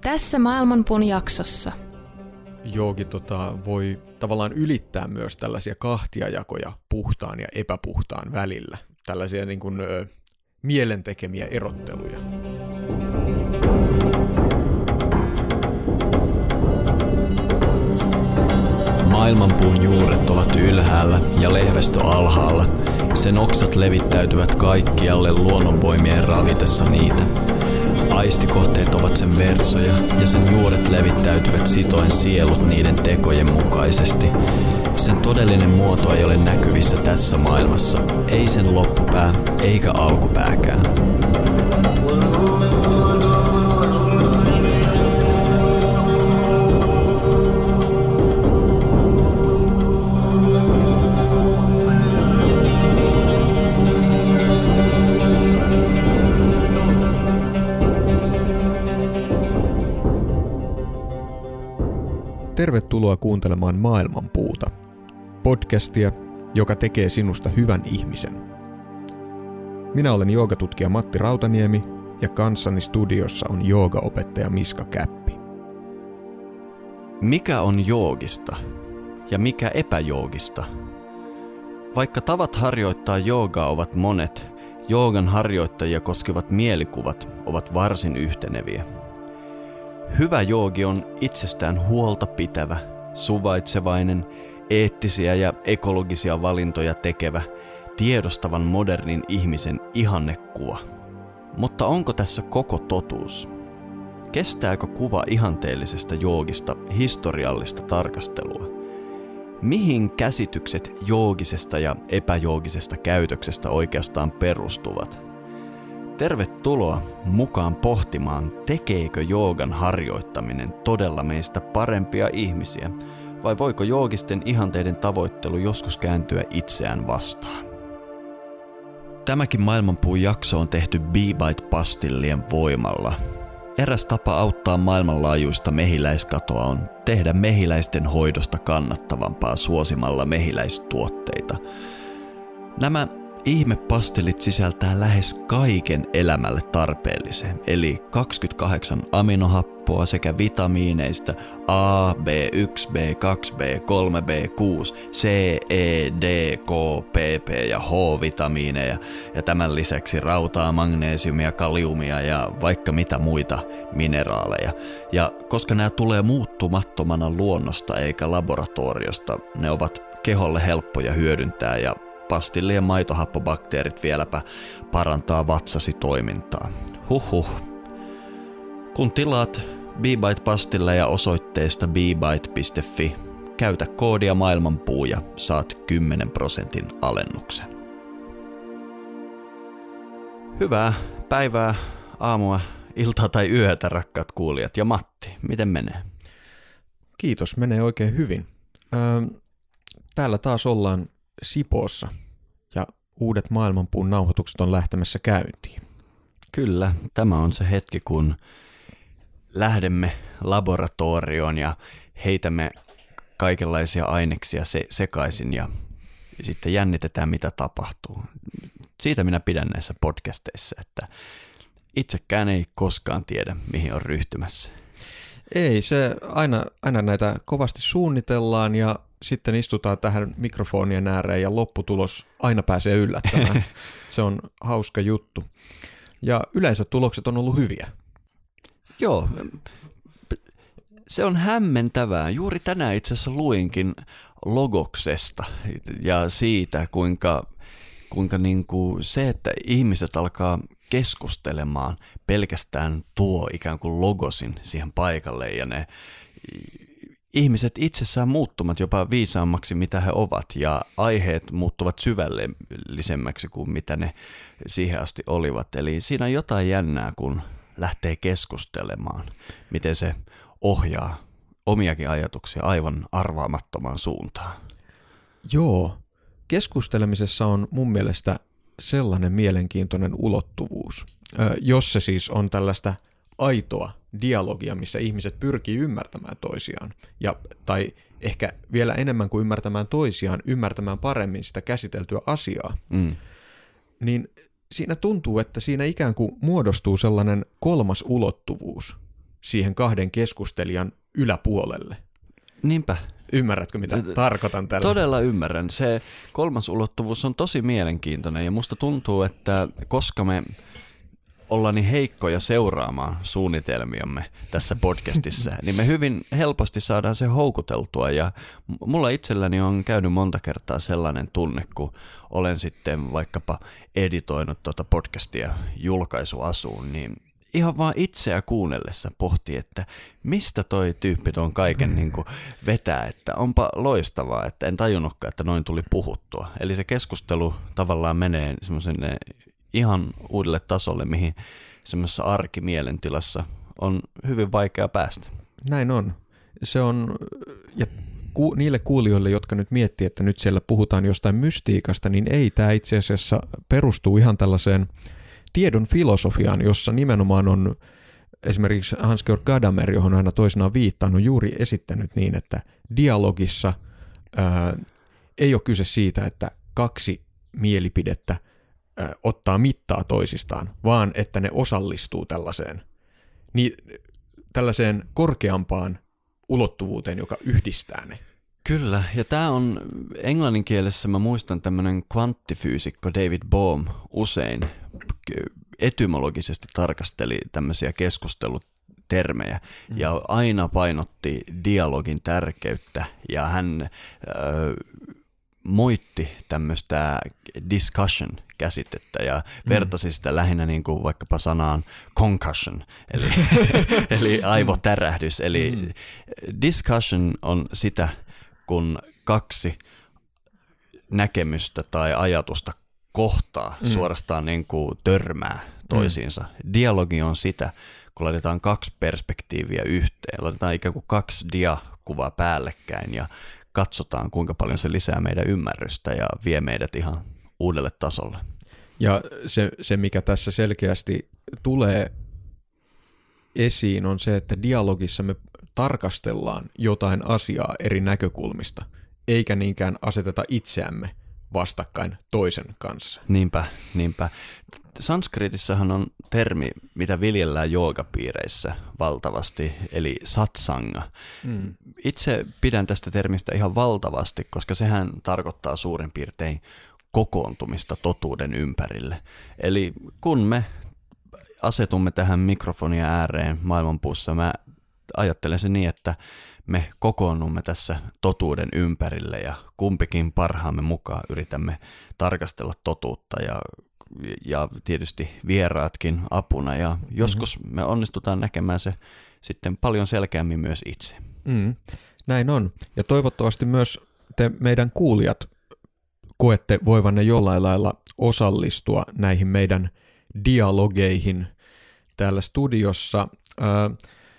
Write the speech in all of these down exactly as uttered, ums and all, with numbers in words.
Tässä Maailmanpuun jaksossa. Joogi tota, voi tavallaan ylittää myös tällaisia kahtiajakoja puhtaan ja epäpuhtaan välillä. Tällaisia niin kuin, ö, mielentekemiä erotteluja. Maailmanpuun juuret ovat ylhäällä ja lehvästö alhaalla. Sen oksat levittäytyvät kaikkialle luonnonvoimien ravitessa niitä. Aistikohteet ovat sen versoja ja sen juuret levittäytyvät sitoen sielut niiden tekojen mukaisesti. Sen todellinen muoto ei ole näkyvissä tässä maailmassa, ei sen loppupää eikä alkupääkään. Tervetuloa kuuntelemaan Maailmanpuuta, podcastia, joka tekee sinusta hyvän ihmisen. Minä olen joogatutkija Matti Rautaniemi ja kanssani studiossa on joogaopettaja Miska Käppi. Mikä on joogista ja mikä epäjoogista? Vaikka tavat harjoittaa joogaa ovat monet, joogan harjoittajia koskevat mielikuvat ovat varsin yhteneviä. Hyvä joogi on itsestään huolta pitävä, suvaitsevainen, eettisiä ja ekologisia valintoja tekevä, tiedostavan modernin ihmisen ihannekuva. Mutta onko tässä koko totuus? Kestääkö kuva ihanteellisesta joogista historiallista tarkastelua? Mihin käsitykset joogisesta ja epäjoogisesta käytöksestä oikeastaan perustuvat? Tervetuloa mukaan pohtimaan, tekeekö joogan harjoittaminen todella meistä parempia ihmisiä, vai voiko joogisten ihanteiden tavoittelu joskus kääntyä itseään vastaan? Tämäkin Maailmanpuun jakso on tehty B-Bite-pastillien voimalla. Eräs tapa auttaa maailmanlaajuista mehiläiskatoa on tehdä mehiläisten hoidosta kannattavampaa suosimalla mehiläistuotteita. Nämä ihmepastillit sisältää lähes kaiken elämälle tarpeellisen, eli kaksikymmentäkahdeksan aminohappoa sekä vitamiineista A, B yksi, B kaksi, B kolme, B kuusi, C, E, D, K, P, P ja H-vitamiineja ja tämän lisäksi rautaa, magneesiumia, kaliumia ja vaikka mitä muita mineraaleja. Ja koska nämä tulee muuttumattomana luonnosta eikä laboratoriosta, ne ovat keholle helppoja hyödyntää ja pastillien maitohappobakteerit vieläpä parantaa vatsasi toimintaa. Huhhuh. Kun tilaat B-Bite-pastilleja osoitteesta b bite piste f i, käytä koodia Maailmanpuu ja saat kymmenen prosentin alennuksen. Hyvää päivää, aamua, iltaa tai yötä, rakkaat kuulijat. Ja Matti, miten menee? Kiitos, menee oikein hyvin. Öö, täällä taas ollaan Sipoossa ja uudet Maailmanpuun nauhoitukset on lähtemässä käyntiin. Kyllä, tämä on se hetki, kun lähdemme laboratorioon ja heitämme kaikenlaisia aineksia se- sekaisin ja sitten jännitetään, mitä tapahtuu. Siitä minä pidän näissä podcasteissa, että itsekään ei koskaan tiedä, mihin on ryhtymässä. Ei, se aina, aina näitä kovasti suunnitellaan ja sitten istutaan tähän mikrofonien ääreen ja lopputulos aina pääsee yllättämään. Se on hauska juttu. Ja yleensä tulokset on ollut hyviä. Joo, se on hämmentävää. Juuri tänään itse asiassa luinkin Logoksesta ja siitä, kuinka, kuinka niin kuin se, että ihmiset alkaa keskustelemaan, pelkästään tuo ikään kuin logosin siihen paikalle ja ne ihmiset itsessään muuttuvat jopa viisaammaksi, mitä he ovat, ja aiheet muuttuvat syvällisemmäksi kuin mitä ne siihen asti olivat. Eli siinä on jotain jännää, kun lähtee keskustelemaan, miten se ohjaa omiakin ajatuksia aivan arvaamattomaan suuntaan. Joo, keskustelemisessa on mun mielestä sellainen mielenkiintoinen ulottuvuus, jos se siis on tällaista aitoa dialogia, missä ihmiset pyrkii ymmärtämään toisiaan, ja, tai ehkä vielä enemmän kuin ymmärtämään toisiaan, ymmärtämään paremmin sitä käsiteltyä asiaa, mm. niin siinä tuntuu, että siinä ikään kuin muodostuu sellainen kolmas ulottuvuus siihen kahden keskustelijan yläpuolelle. Niinpä. Ymmärrätkö, mitä tarkoitan tällä? Todella ymmärrän. Se kolmas ulottuvuus on tosi mielenkiintoinen ja musta tuntuu, että koska me ollaan niin heikkoja seuraamaan suunnitelmiamme tässä podcastissa, niin me hyvin helposti saadaan se houkuteltua. Ja mulla itselläni on käynyt monta kertaa sellainen tunne, kun olen sitten vaikkapa editoinut tuota podcastia julkaisuasuun, niin ihan vaan itseä kuunnellessa pohtii, että mistä toi tyyppi tuon kaiken niin kuin vetää, että onpa loistavaa, että en tajunnutkaan, että noin tuli puhuttua. Eli se keskustelu tavallaan menee semmoisen ihan uudelle tasolle, mihin semmoisessa arkimielentilassa on hyvin vaikea päästä. Näin on. Se on, ja ku, niille kuulijoille, jotka nyt miettii, että nyt siellä puhutaan jostain mystiikasta, niin ei, tämä itse asiassa perustuu ihan tällaiseen tiedon filosofiaan, jossa nimenomaan on esimerkiksi Hans-Georg Gadamer, johon aina toisinaan viittaan, on juuri esittänyt niin, että dialogissa ää, ei ole kyse siitä, että kaksi mielipidettä ää, ottaa mittaa toisistaan, vaan että ne osallistuu tällaiseen, niin, tällaiseen korkeampaan ulottuvuuteen, joka yhdistää ne. Kyllä, ja tämä on englannin kielessä, mä muistan tämmöinen kvanttifyysikko David Bohm usein etymologisesti tarkasteli tämmöisiä keskustelutermejä mm. ja aina painotti dialogin tärkeyttä ja hän äh, moitti tämmöistä discussion-käsitettä ja mm. vertasi sitä lähinnä niin kuin vaikkapa sanaan concussion, eli, eli aivotärähdys. Eli mm. discussion on sitä, kun kaksi näkemystä tai ajatusta kohtaa, mm. suorastaan niin kuin törmää toisiinsa. Mm. Dialogi on sitä, kun laitetaan kaksi perspektiiviä yhteen, laitetaan ikään kuin kaksi diakuvaa päällekkäin ja katsotaan, kuinka paljon se lisää meidän ymmärrystä ja vie meidät ihan uudelle tasolle. Ja se, se mikä tässä selkeästi tulee esiin, on se, että dialogissa me tarkastellaan jotain asiaa eri näkökulmista, eikä niinkään aseteta itseämme vastakkain toisen kanssa. Niinpä, niinpä. Sanskritissahan on termi, mitä viljellään joogapiireissä valtavasti, eli satsanga. Mm. Itse pidän tästä termistä ihan valtavasti, koska sehän tarkoittaa suurin piirtein kokoontumista totuuden ympärille. Eli kun me asetumme tähän mikrofonia ääreen maailmanpuussa, mä ajattelen se niin, että me kokoonnumme tässä totuuden ympärille ja kumpikin parhaamme mukaan yritämme tarkastella totuutta ja, ja tietysti vieraatkin apuna ja joskus me onnistutaan näkemään se sitten paljon selkeämmin myös itse. Mm, näin on. Ja toivottavasti myös te meidän kuulijat koette voivanne jollain lailla osallistua näihin meidän dialogeihin täällä studiossa. Ää,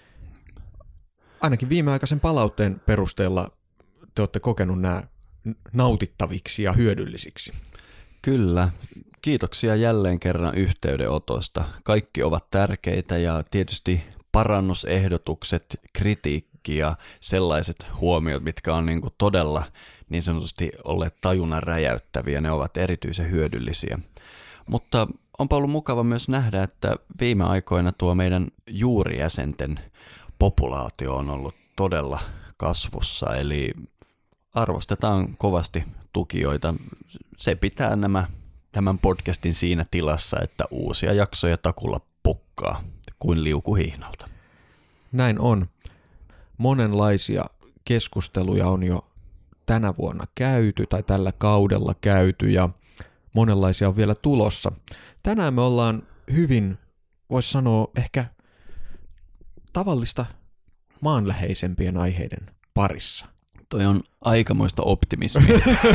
Ainakin viimeaikaisen palautteen perusteella te olette kokenut nämä nautittaviksi ja hyödyllisiksi. Kyllä. Kiitoksia jälleen kerran yhteydenotosta. Kaikki ovat tärkeitä ja tietysti parannusehdotukset, kritiikki ja sellaiset huomiot, mitkä on niin kuin todella niin sanotusti olleet tajunnan räjäyttäviä, ne ovat erityisen hyödyllisiä. Mutta onpa ollut mukava myös nähdä, että viime aikoina tuo meidän juurijäsenten populaatio on ollut todella kasvussa, eli arvostetaan kovasti tukijoita. Se pitää nämä, tämän podcastin siinä tilassa, että uusia jaksoja takulla pukkaa kuin liukuhihnalta. Näin on. Monenlaisia keskusteluja on jo tänä vuonna käyty tai tällä kaudella käyty ja monenlaisia on vielä tulossa. Tänään me ollaan hyvin, voisi sanoa, ehkä tavallista maanläheisempien aiheiden parissa. Toi on aikamoista optimismia.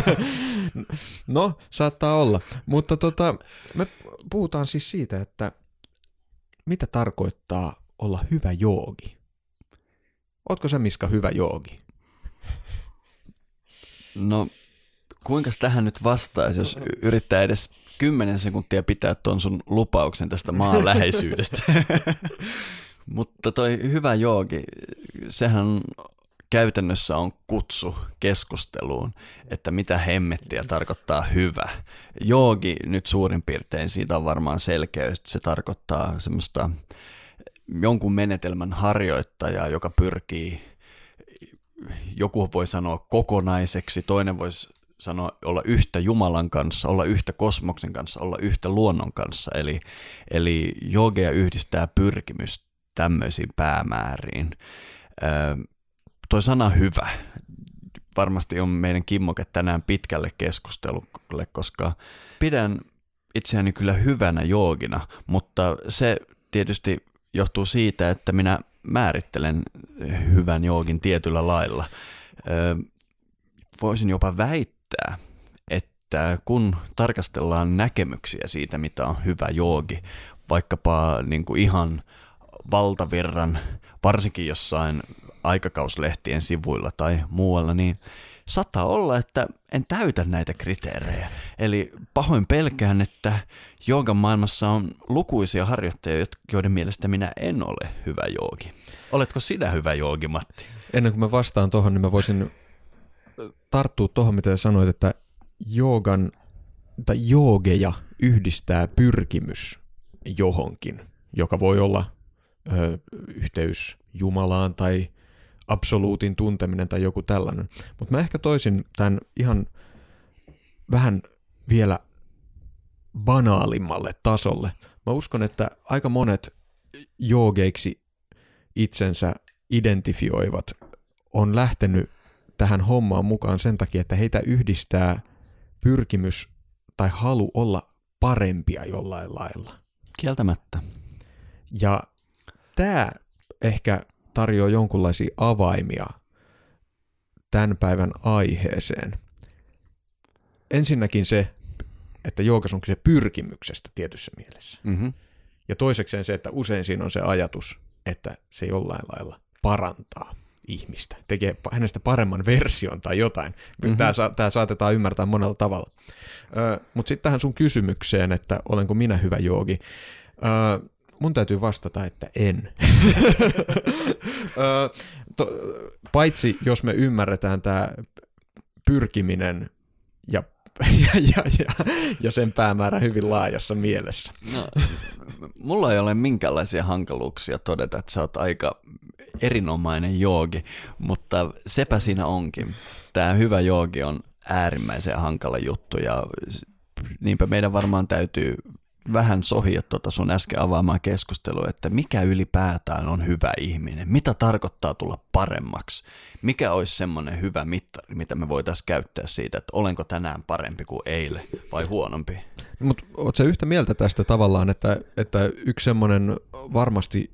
No, saattaa olla. Mutta tota, me puhutaan siis siitä, että mitä tarkoittaa olla hyvä joogi. Ootko sä, Miska, hyvä joogi? No, kuinka tähän nyt vastaisi, jos yrittää edes kymmenen sekuntia pitää tuon sun lupauksen tästä maanläheisyydestä? Mutta toi hyvä joogi, sehän käytännössä on kutsu keskusteluun, että mitä hemmettiä tarkoittaa hyvä. Joogi nyt suurin piirtein, siitä on varmaan selkeä, että se tarkoittaa semmoista jonkun menetelmän harjoittajaa, joka pyrkii, joku voi sanoa kokonaiseksi, toinen voisi sanoa olla yhtä Jumalan kanssa, olla yhtä kosmoksen kanssa, olla yhtä luonnon kanssa. Eli, eli joogea yhdistää pyrkimys tämmöisiin päämääriin. Öö, toi sana hyvä varmasti on meidän kimmoke tänään pitkälle keskustelulle, koska pidän itseäni kyllä hyvänä joogina, mutta se tietysti johtuu siitä, että minä määrittelen hyvän joogin tietyllä lailla. Öö, voisin jopa väittää, että kun tarkastellaan näkemyksiä siitä, mitä on hyvä joogi, vaikkapa niin kuin ihan valtavirran, varsinkin jossain aikakauslehtien sivuilla tai muualla, niin saattaa olla, että en täytä näitä kriteerejä. Eli pahoin pelkään, että joogan maailmassa on lukuisia harjoittajia, joiden mielestä minä en ole hyvä joogi. Oletko sinä hyvä joogi, Matti? Ennen kuin mä vastaan tuohon, niin mä voisin tarttua tuohon, mitä sanoit, että joogan tai joogeja yhdistää pyrkimys johonkin, joka voi olla ö, yhteys Jumalaan tai absoluutin tunteminen tai joku tällainen. Mutta mä ehkä toisin tämän ihan vähän vielä banaalimmalle tasolle. Mä uskon, että aika monet joogeiksi itsensä identifioivat on lähtenyt tähän hommaan mukaan sen takia, että heitä yhdistää pyrkimys tai halu olla parempia jollain lailla. Kieltämättä. Ja tämä ehkä tarjoaa jonkunlaisia avaimia tämän päivän aiheeseen. Ensinnäkin se, että joogas on kyse pyrkimyksestä tietyssä mielessä. Mm-hmm. Ja toisekseen se, että usein siinä on se ajatus, että se jollain lailla parantaa ihmistä, tekee hänestä paremman version tai jotain. Mm-hmm. Tämä, tämä saatetaan ymmärtää monella tavalla. Mutta sitten tähän sun kysymykseen, että olenko minä hyvä joogi. Ö, mun täytyy vastata, että en. Ö, to, paitsi jos me ymmärretään tämä pyrkiminen ja, ja, ja, ja, ja sen päämäärä hyvin laajassa mielessä. No, mulla ei ole minkäänlaisia hankaluuksia todeta, että sä oot aika erinomainen joogi, mutta sepä siinä onkin. Tämä hyvä joogi on äärimmäisen hankala juttu ja niinpä meidän varmaan täytyy vähän sohia tuota sun äsken avaamaan keskustelua, että mikä ylipäätään on hyvä ihminen, mitä tarkoittaa tulla paremmaksi, mikä olisi semmoinen hyvä mittari, mitä me voitaisiin käyttää siitä, että olenko tänään parempi kuin eilen vai huonompi. Mutta ootko sä yhtä mieltä tästä tavallaan, että, että yksi semmoinen varmasti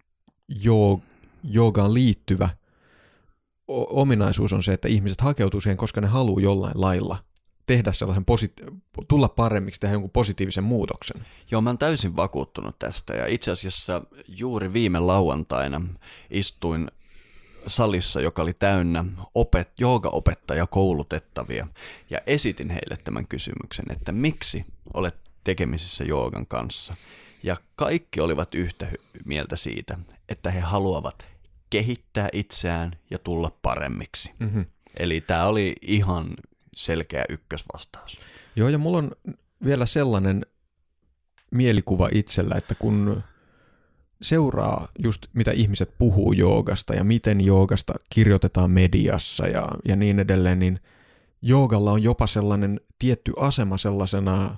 joog, joogaan liittyvä ominaisuus on se, että ihmiset hakeutuu siihen, koska ne haluaa jollain lailla tehdä sellaisen, posit- tulla paremmiksi, tehdä jonkun positiivisen muutoksen. Joo, mä oon täysin vakuuttunut tästä ja itse asiassa juuri viime lauantaina istuin salissa, joka oli täynnä opet- joogaopettaja koulutettavia ja esitin heille tämän kysymyksen, että miksi olet tekemisissä joogan kanssa. Ja kaikki olivat yhtä mieltä siitä, että he haluavat kehittää itseään ja tulla paremmiksi. Mm-hmm. Eli tämä oli ihan selkeä ykkösvastaus. Joo, ja mulla on vielä sellainen mielikuva itsellä, että kun seuraa just mitä ihmiset puhuu joogasta ja miten joogasta kirjoitetaan mediassa ja, ja niin edelleen, niin joogalla on jopa sellainen tietty asema sellaisena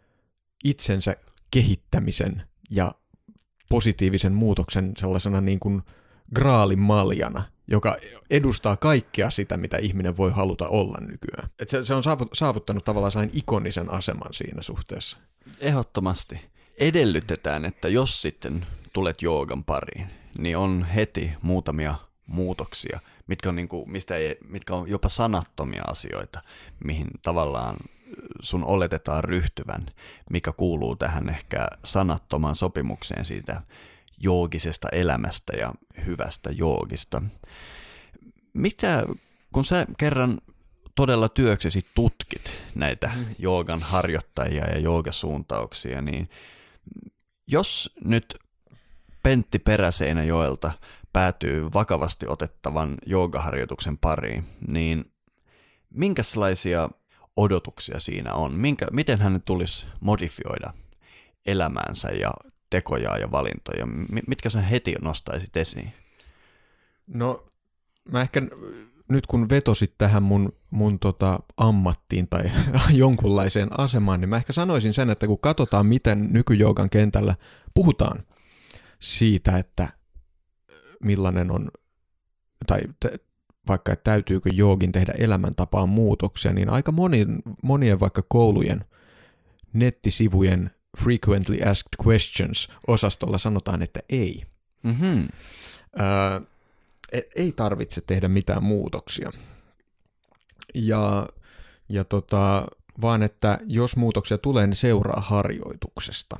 itsensä kehittämisen ja positiivisen muutoksen sellaisena niin kuin graalin maljana, joka edustaa kaikkea sitä, mitä ihminen voi haluta olla nykyään. Et se, se on saavuttanut tavallaan sain ikonisen aseman siinä suhteessa. Ehdottomasti. Edellytetään, että jos sitten tulet joogan pariin, niin on heti muutamia muutoksia, mitkä on, niin kuin, mistä ei, mitkä on jopa sanattomia asioita, mihin tavallaan sun oletetaan ryhtyvän, mikä kuuluu tähän ehkä sanattomaan sopimukseen siitä joogisesta elämästä ja hyvästä joogista. Mitä, kun sä kerran todella työksesi tutkit näitä joogan harjoittajia ja joogasuuntauksia, niin jos nyt Pentti Peräseinäjoelta päätyy vakavasti otettavan joogaharjoituksen pariin, niin minkälaisia odotuksia siinä on? Minkä, miten hänen tulisi modifioida elämäänsä ja tekoja ja valintoja? Mitkä sä heti nostaisit esiin? No mä ehkä nyt kun vetosit tähän mun, mun tota ammattiin tai jonkunlaiseen asemaan, niin mä ehkä sanoisin sen, että kun katsotaan, miten nykyjoogan kentällä puhutaan siitä, että millainen on, tai te, vaikka että täytyykö joogin tehdä elämäntapaan muutoksia, niin aika monien, monien vaikka koulujen nettisivujen frequently asked questions -osastolla sanotaan, että ei. Mm-hmm. Öö, ei tarvitse tehdä mitään muutoksia. Ja, ja tota, vaan että jos muutoksia tulee, niin seuraa harjoituksesta.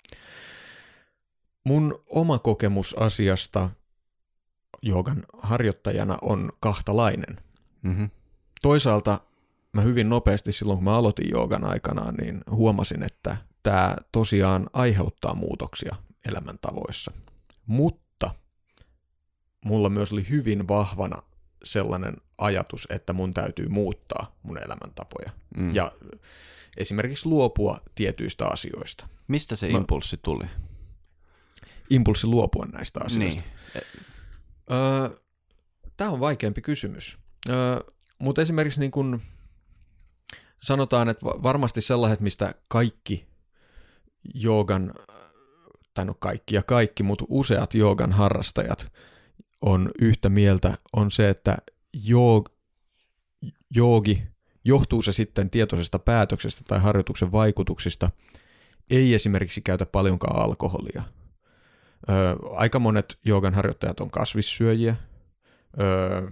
Mun oma kokemus asiasta joogan harjoittajana on kahtalainen. Mm-hmm. Toisaalta mä hyvin nopeasti silloin, kun mä aloitin joogan aikanaan, niin huomasin, että tämä tosiaan aiheuttaa muutoksia elämäntavoissa. Mutta mulla myös oli hyvin vahvana sellainen ajatus, että mun täytyy muuttaa mun elämäntapoja. Mm. Ja esimerkiksi luopua tietyistä asioista. Mistä se mä, impulssi tuli? Impulssi luopua näistä asioista. Niin. Öö, Tämä on vaikeampi kysymys. Öö, mutta esimerkiksi niin kun sanotaan, että varmasti sellaiset, mistä kaikki joogan, tai no kaikki ja kaikki, mutta useat joogan harrastajat on yhtä mieltä, on se, että joog, joogi, johtuu se sitten tietoisesta päätöksestä tai harjoituksen vaikutuksista, ei esimerkiksi käytä paljonkaan alkoholia. Öö, aika monet joogan harjoittajat on kasvissyöjiä. Öö,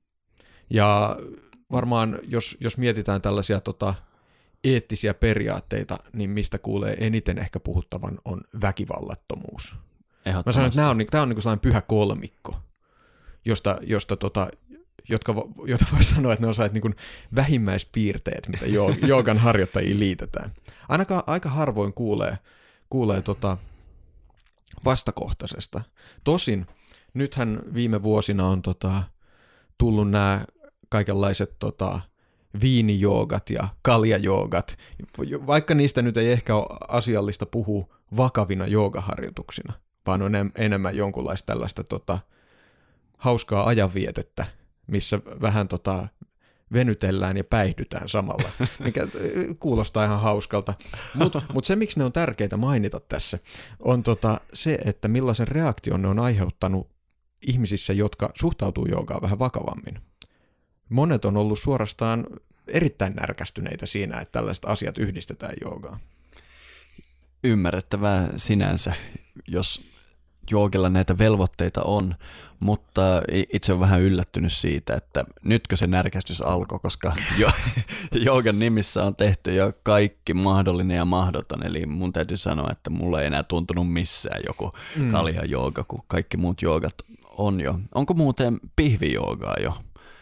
ja varmaan, jos, jos mietitään tällaisia tota, eettisiä periaatteita, niin mistä kuulee eniten ehkä puhuttavan on väkivallattomuus. Mä sanon, että tämä on, tämä on niin sellainen pyhä kolmikko, josta, josta tota, jotka, jota voi sanoa, että ne on sellaiset niin kuin vähimmäispiirteet, mitä joogan harjoittajiin liitetään. Ainakaan aika harvoin kuulee, kuulee tota vastakohtaisesta. Tosin nythän viime vuosina on tota, tullut nämä kaikenlaiset tota, viinijoogat ja kaljajoogat, vaikka niistä nyt ei ehkä ole asiallista puhua vakavina joogaharjoituksina, vaan on enemmän jonkunlaista tällaista tota, hauskaa ajanvietettä, missä vähän tota, venytellään ja päihdytään samalla, mikä kuulostaa ihan hauskalta. Mutta mut se, miksi ne on tärkeitä mainita tässä, on tota, se, että millaisen reaktion ne on aiheuttanut ihmisissä, jotka suhtautuu joogaan vähän vakavammin. Monet on ollut suorastaan erittäin närkästyneitä siinä, että tällaiset asiat yhdistetään joogaan. Ymmärrettävää sinänsä, jos joogilla näitä velvoitteita on, mutta itse olen vähän yllättynyt siitä, että nytkö se närkästys alkoi, koska jo, joogan nimissä on tehty jo kaikki mahdollinen ja mahdoton, eli mun täytyy sanoa, että mulla ei enää tuntunut missään joku mm. kaljajooga, kun kaikki muut joogat on jo. Onko muuten pihvijoogaa jo?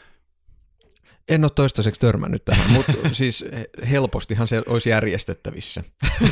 En ole toistaiseksi törmännyt tähän, mutta siis helpostihan se olisi järjestettävissä.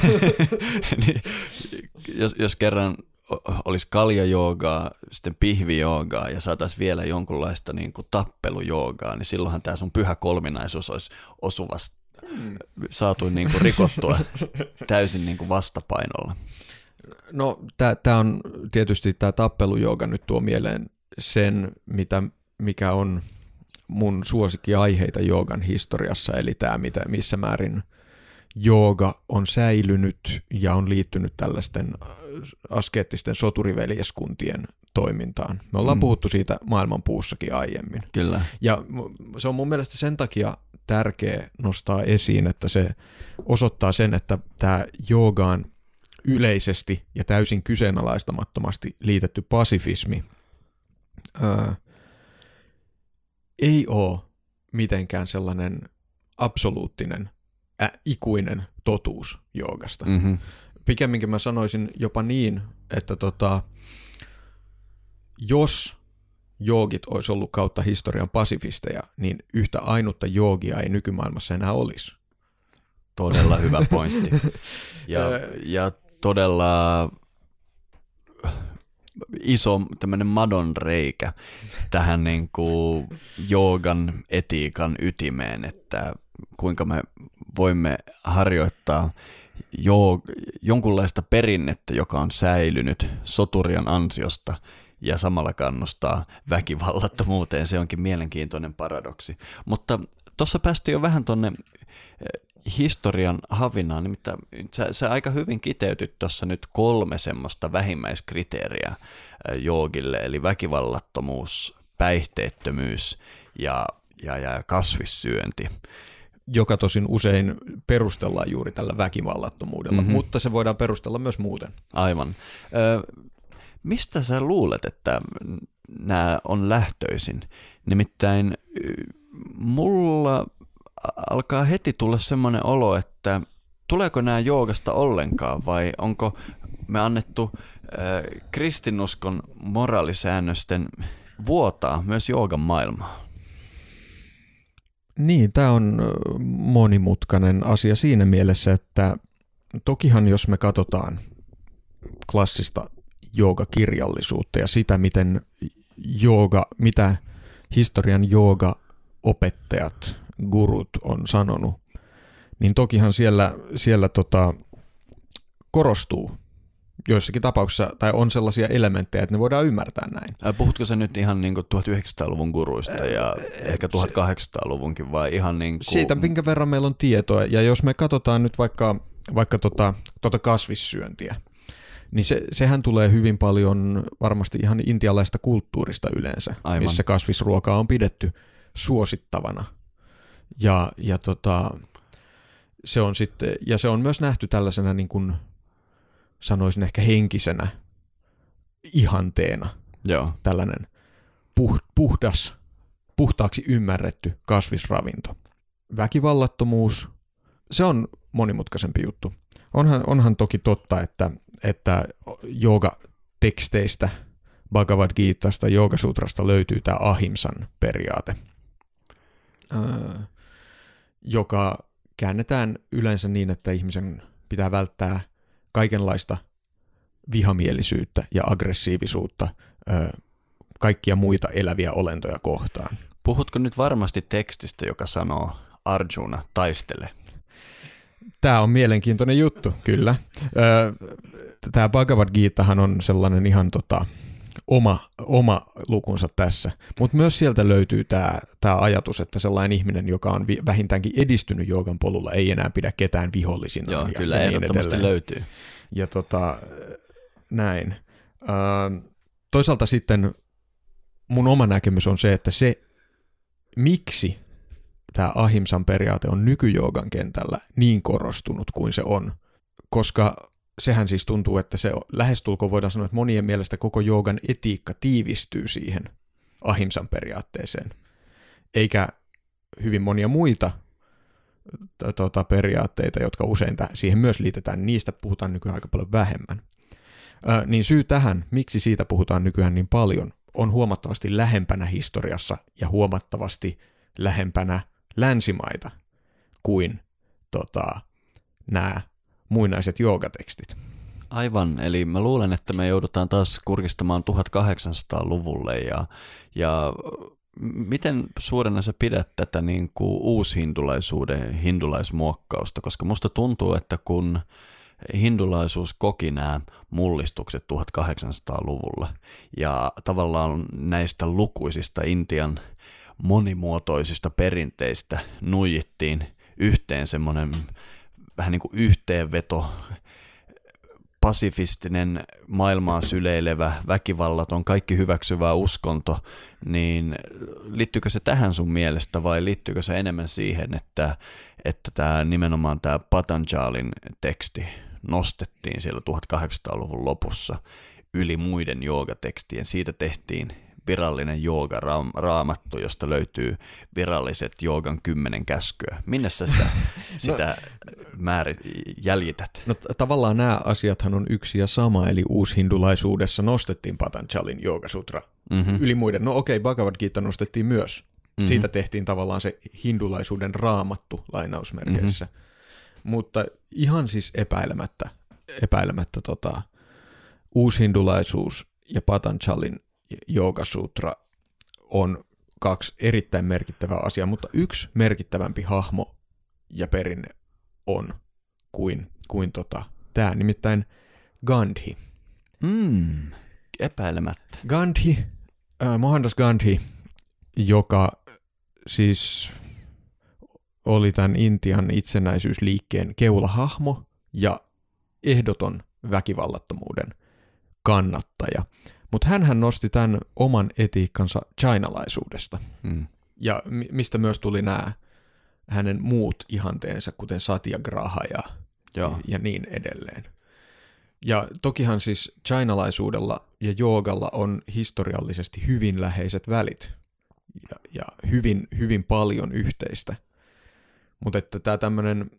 niin, jos, jos kerran olisi kaljajoogaa, sitten pihvijoogaa ja saataisiin vielä jonkunlaista niin kuin tappelujoogaa, niin silloinhan tämä sun pyhä kolminaisuus olisi osuvasti hmm. saatu niin kuin rikottua täysin niin kuin vastapainolla. No tämä on tietysti tämä tappelujooga nyt tuo mieleen sen, mitä, mikä on mun suosikkiaiheita joogan historiassa, eli tämä, mitä, missä määrin jooga on säilynyt ja on liittynyt tällaisten askeettisten soturiveljeskuntien toimintaan. Me ollaan mm. puhuttu siitä maailmanpuussakin aiemmin. Kyllä. Ja se on mun mielestä sen takia tärkeä nostaa esiin, että se osoittaa sen, että tämä joogaan yleisesti ja täysin kyseenalaistamattomasti liitetty pasifismi ää, ei ole mitenkään sellainen absoluuttinen Ä, ikuinen totuus joogasta. Mm-hmm. Pikemminkin mä sanoisin jopa niin, että tota, jos joogit olisi ollut kautta historian pasifisteja, niin yhtä ainutta joogia ei nykymaailmassa enää olisi. Todella hyvä pointti. Ja, ja todella iso tämmöinen madon reikä tähän niin kuin joogan etiikan ytimeen, että kuinka me voimme harjoittaa jo, jonkunlaista perinnettä, joka on säilynyt soturian ansiosta ja samalla kannustaa väkivallattomuuteen. Se onkin mielenkiintoinen paradoksi. Mutta tuossa päästiin jo vähän tuonne historian havinaan, nimittäin sä, sä aika hyvin kiteytyt tuossa nyt kolme semmoista vähimmäiskriteeriä joogille, eli väkivallattomuus, päihteettömyys ja, ja, ja kasvissyönti. Joka tosin usein perustellaan juuri tällä väkivallattomuudella, mm-hmm. mutta se voidaan perustella myös muuten. Aivan. Ö, mistä sä luulet, että nämä on lähtöisin? Nimittäin mulla alkaa heti tulla semmoinen olo, että tuleeko nämä joogasta ollenkaan vai onko me annettu äh, kristinuskon moraalisäännösten vuotaa myös joogan maailmaa? Niin, tämä on monimutkainen asia siinä mielessä, että tokihan jos me katsotaan klassista joogakirjallisuutta ja sitä, miten jooga, mitä historian joogaopettajat, gurut on sanonut, niin tokihan siellä, siellä tota, korostuu joissakin tapauksissa, tai on sellaisia elementtejä, että ne voidaan ymmärtää näin. Puhutko sä nyt ihan niin kuin tuhatyhdeksänsataaluvun guruista ja äh, ehkä tuhatkahdeksansataaluvunkin vai ihan niin kuin... Siitä, minkä verran meillä on tietoa, ja jos me katsotaan nyt vaikka, vaikka tota, tota kasvissyöntiä, niin se, sehän tulee hyvin paljon varmasti ihan intialaista kulttuurista yleensä, Aivan. missä kasvisruokaa on pidetty suosittavana. Ja, ja, tota, se on sitten, ja se on myös nähty tällaisena, niin kuin sanoisin ehkä henkisenä ihanteena. Joo. Tällainen puh, puhdas, puhtaaksi ymmärretty kasvisravinto. Väkivallattomuus, se on monimutkaisempi juttu. Onhan, onhan toki totta, että, että joogateksteistä, Bhagavad Gitasta, Yoogasutrasta löytyy tämä ahimsan periaate, öö, joka käännetään yleensä niin, että ihmisen pitää välttää kaikenlaista vihamielisyyttä ja aggressiivisuutta öö, kaikkia muita eläviä olentoja kohtaan. Puhutko nyt varmasti tekstistä, joka sanoo Arjuna, taistele? Tämä on mielenkiintoinen juttu, kyllä. Öö, tämä Bhagavad Gitahan on sellainen ihan tota, oma, oma lukunsa tässä, mutta myös sieltä löytyy tämä, tämä ajatus, että sellainen ihminen, joka on vähintäänkin edistynyt joogan polulla, ei enää pidä ketään vihollisina. Joo, ja kyllä niin ehdottomasti edelleen. löytyy. Ja tota, näin. Öö, toisaalta sitten mun oma näkemys on se, että se, miksi tämä ahimsan periaate on nykyjoogan kentällä niin korostunut kuin se on, koska sehän siis tuntuu, että se lähestulkoon voidaan sanoa, että monien mielestä koko joogan etiikka tiivistyy siihen ahimsan periaatteeseen, eikä hyvin monia muita tuota, periaatteita, jotka usein siihen myös liitetään, niistä puhutaan nykyään aika paljon vähemmän. Ö, niin syy tähän, miksi siitä puhutaan nykyään niin paljon, on huomattavasti lähempänä historiassa ja huomattavasti lähempänä länsimaita kuin tota, nämä muinaiset joogatekstit. Aivan, eli mä luulen, että me joudutaan taas kurkistamaan tuhatkahdeksansataaluvulle ja, ja miten suurena sä pidät tätä niin kuin uushindulaisuuden hindulaismuokkausta, koska musta tuntuu, että kun hindulaisuus koki nämä mullistukset tuhatkahdeksansataaluvulla ja tavallaan näistä lukuisista Intian monimuotoisista perinteistä nuijittiin yhteen semmoinen vähän niin kuin yhteenveto, pasifistinen, maailmaa syleilevä, väkivallaton, kaikki hyväksyvä uskonto, niin liittyykö se tähän sun mielestä vai liittyykö se enemmän siihen, että, että tämä, nimenomaan tämä Patanjalin teksti nostettiin siellä tuhatkahdeksansataaluvun lopussa yli muiden joogatekstien, siitä tehtiin virallinen jooga-raamattu, josta löytyy viralliset joogan kymmenen käskyä. Minne sä sitä, sitä no, määrit, jäljität? No tavallaan nämä asiathan on yksi ja sama, eli uushindulaisuudessa nostettiin Patanjalin Yoogasutra mm-hmm. yli muiden. No okei, okay, Bhagavad Gita nostettiin myös. Mm-hmm. Siitä tehtiin tavallaan se hindulaisuuden raamattu lainausmerkeissä. Mm-hmm. Mutta ihan siis epäilemättä, epäilemättä tota, uushindulaisuus ja Patanjalin Yoogasutra on kaksi erittäin merkittävää asiaa, mutta yksi merkittävämpi hahmo ja perinne on kuin kuin tota, tämä, nimittäin Gandhi. Mm, epäilemättä. Gandhi, äh, Mohandas Gandhi, joka siis oli tämän Intian itsenäisyysliikkeen keulahahmo ja ehdoton väkivallattomuuden kannattaja. Mutta hänhän nosti tämän oman etiikkansa chinalaisuudesta. Mm. Ja mistä myös tuli nämä hänen muut ihanteensa, kuten satyagraha ja, ja niin edelleen. Ja tokihan siis chinalaisuudella ja joogalla on historiallisesti hyvin läheiset välit ja, ja hyvin, hyvin paljon yhteistä. Mutta että tämä tämmöinen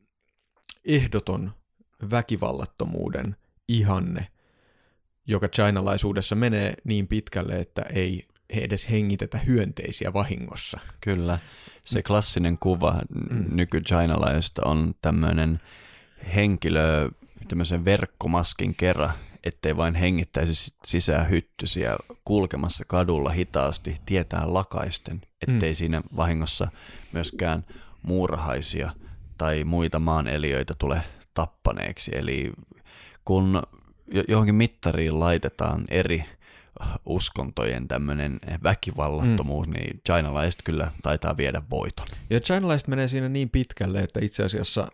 ehdoton väkivallattomuuden ihanne, joka chinalaisuudessa menee niin pitkälle, että ei edes hengitetä hyönteisiä vahingossa. Kyllä. Se klassinen kuva mm. nyky-chinalaisesta on tämmöinen henkilö tämmöisen verkkomaskin kerran, ettei vain hengittäisi sisään hyttysiä kulkemassa kadulla hitaasti tietään lakaisten, ettei mm. siinä vahingossa myöskään muurahaisia tai muita maaneliöitä tule tappaneeksi. Eli kun johonkin mittariin laitetaan eri uskontojen tämmöinen väkivallattomuus, mm. niin chinalaiset kyllä taitaa viedä voiton. Ja chinalaiset menee siinä niin pitkälle, että itse asiassa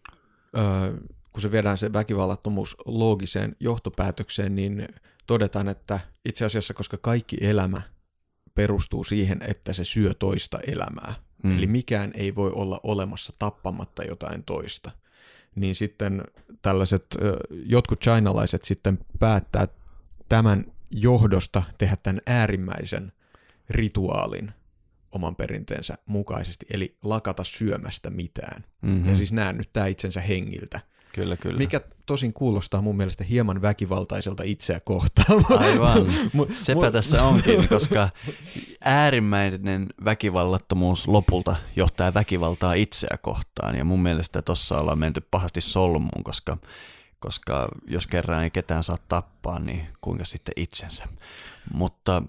öö, kun se viedään se väkivallattomuus loogiseen johtopäätökseen, niin todetaan, että itse asiassa, koska kaikki elämä perustuu siihen, että se syö toista elämää, mm. eli mikään ei voi olla olemassa tappamatta jotain toista, niin sitten tällaiset, jotkut chinalaiset sitten päättää tämän johdosta tehdä tämän äärimmäisen rituaalin oman perinteensä mukaisesti, eli lakata syömästä mitään. Mm-hmm. Ja siis näännyttää itsensä hengiltä. Kyllä, kyllä. Mikä tosin kuulostaa mun mielestä hieman väkivaltaiselta itseä kohtaan. Aivan. Sepä tässä onkin, koska äärimmäinen väkivallattomuus lopulta johtaa väkivaltaa itseä kohtaan. Ja mun mielestä tossa ollaan menty pahasti solmuun, koska, koska jos kerran ei ketään saa tappaa, niin kuinka sitten itsensä. Mutta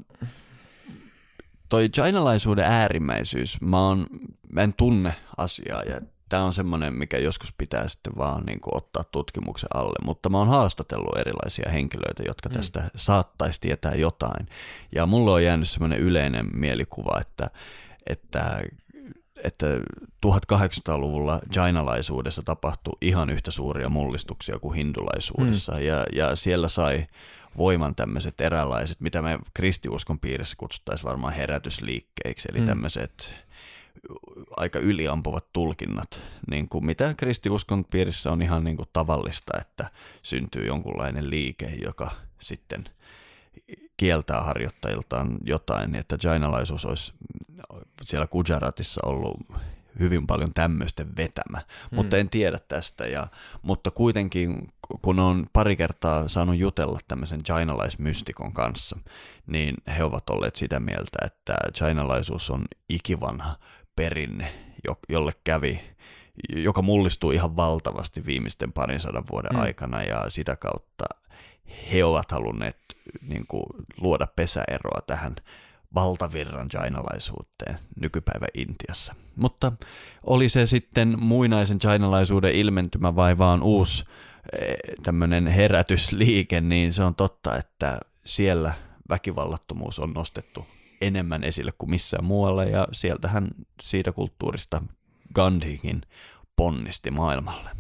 toi chinalaisuuden äärimmäisyys, mä, on, mä en tunne asiaa ja tämä on semmoinen, mikä joskus pitää sitten vaan niin kuin ottaa tutkimuksen alle, mutta mä oon haastatellut erilaisia henkilöitä, jotka tästä mm. saattaisi tietää jotain. Ja mulla on jäänyt semmoinen yleinen mielikuva, että, että, että tuhatkahdeksansataaluvulla chinalaisuudessa tapahtui ihan yhtä suuria mullistuksia kuin hindulaisuudessa, mm. ja, ja siellä sai voiman tämmöiset eräänlaiset, mitä me kristiuskon piirissä kutsuttaisiin varmaan herätysliikkeiksi, eli mm. tämmöiset aika yliampuvat tulkinnat, niin kuin mitä kristiuskon piirissä on ihan niin kuin tavallista, että syntyy jonkunlainen liike, joka sitten kieltää harjoittajiltaan jotain, että jainalaisuus olisi siellä Gujaratissa ollut hyvin paljon tämmöisten vetämä, hmm. mutta en tiedä tästä. Ja, mutta kuitenkin, kun on pari kertaa saanut jutella tämmöisen jainalaismystikon kanssa, niin he ovat olleet sitä mieltä, että jainalaisuus on ikivanha perinne, jolle kävi, joka mullistuu ihan valtavasti viimeisten parin sadan vuoden hmm. aikana, ja sitä kautta he ovat halunneet niin kuin, luoda pesäeroa tähän valtavirran jainalaisuuteen nykypäivä Intiassa. Mutta oli se sitten muinaisen jainalaisuuden ilmentymä vai vaan uusi tämmöinen herätysliike, niin se on totta, että siellä väkivallattomuus on nostettu enemmän esille kuin missään muualla, ja sieltähän siitä kulttuurista Gandhikin ponnisti maailmalle.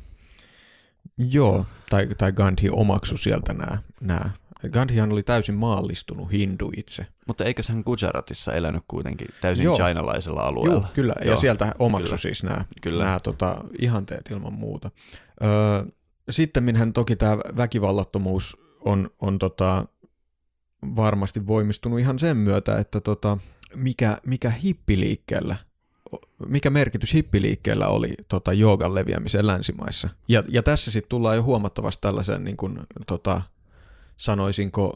Joo, tai, tai Gandhi omaksui sieltä nämä, nämä. Gandhihan oli täysin maallistunut hindu itse. Mutta eikös hän Gujaratissa elänyt kuitenkin täysin Joo. chinalaisella alueella? Joo, kyllä, ja Joo. sieltä omaksui kyllä. siis nämä, kyllä. nämä tota, ihanteet ilman muuta. Öö, sitten hän toki tämä väkivallattomuus on, on tota, varmasti voimistunut ihan sen myötä, että tota, mikä, mikä hippiliikkeellä, mikä merkitys hippiliikkeellä oli tota, joogan leviämiseen länsimaissa. Ja, ja tässä sitten tullaan jo huomattavasti tällaisen, niin kuin, tota, sanoisinko,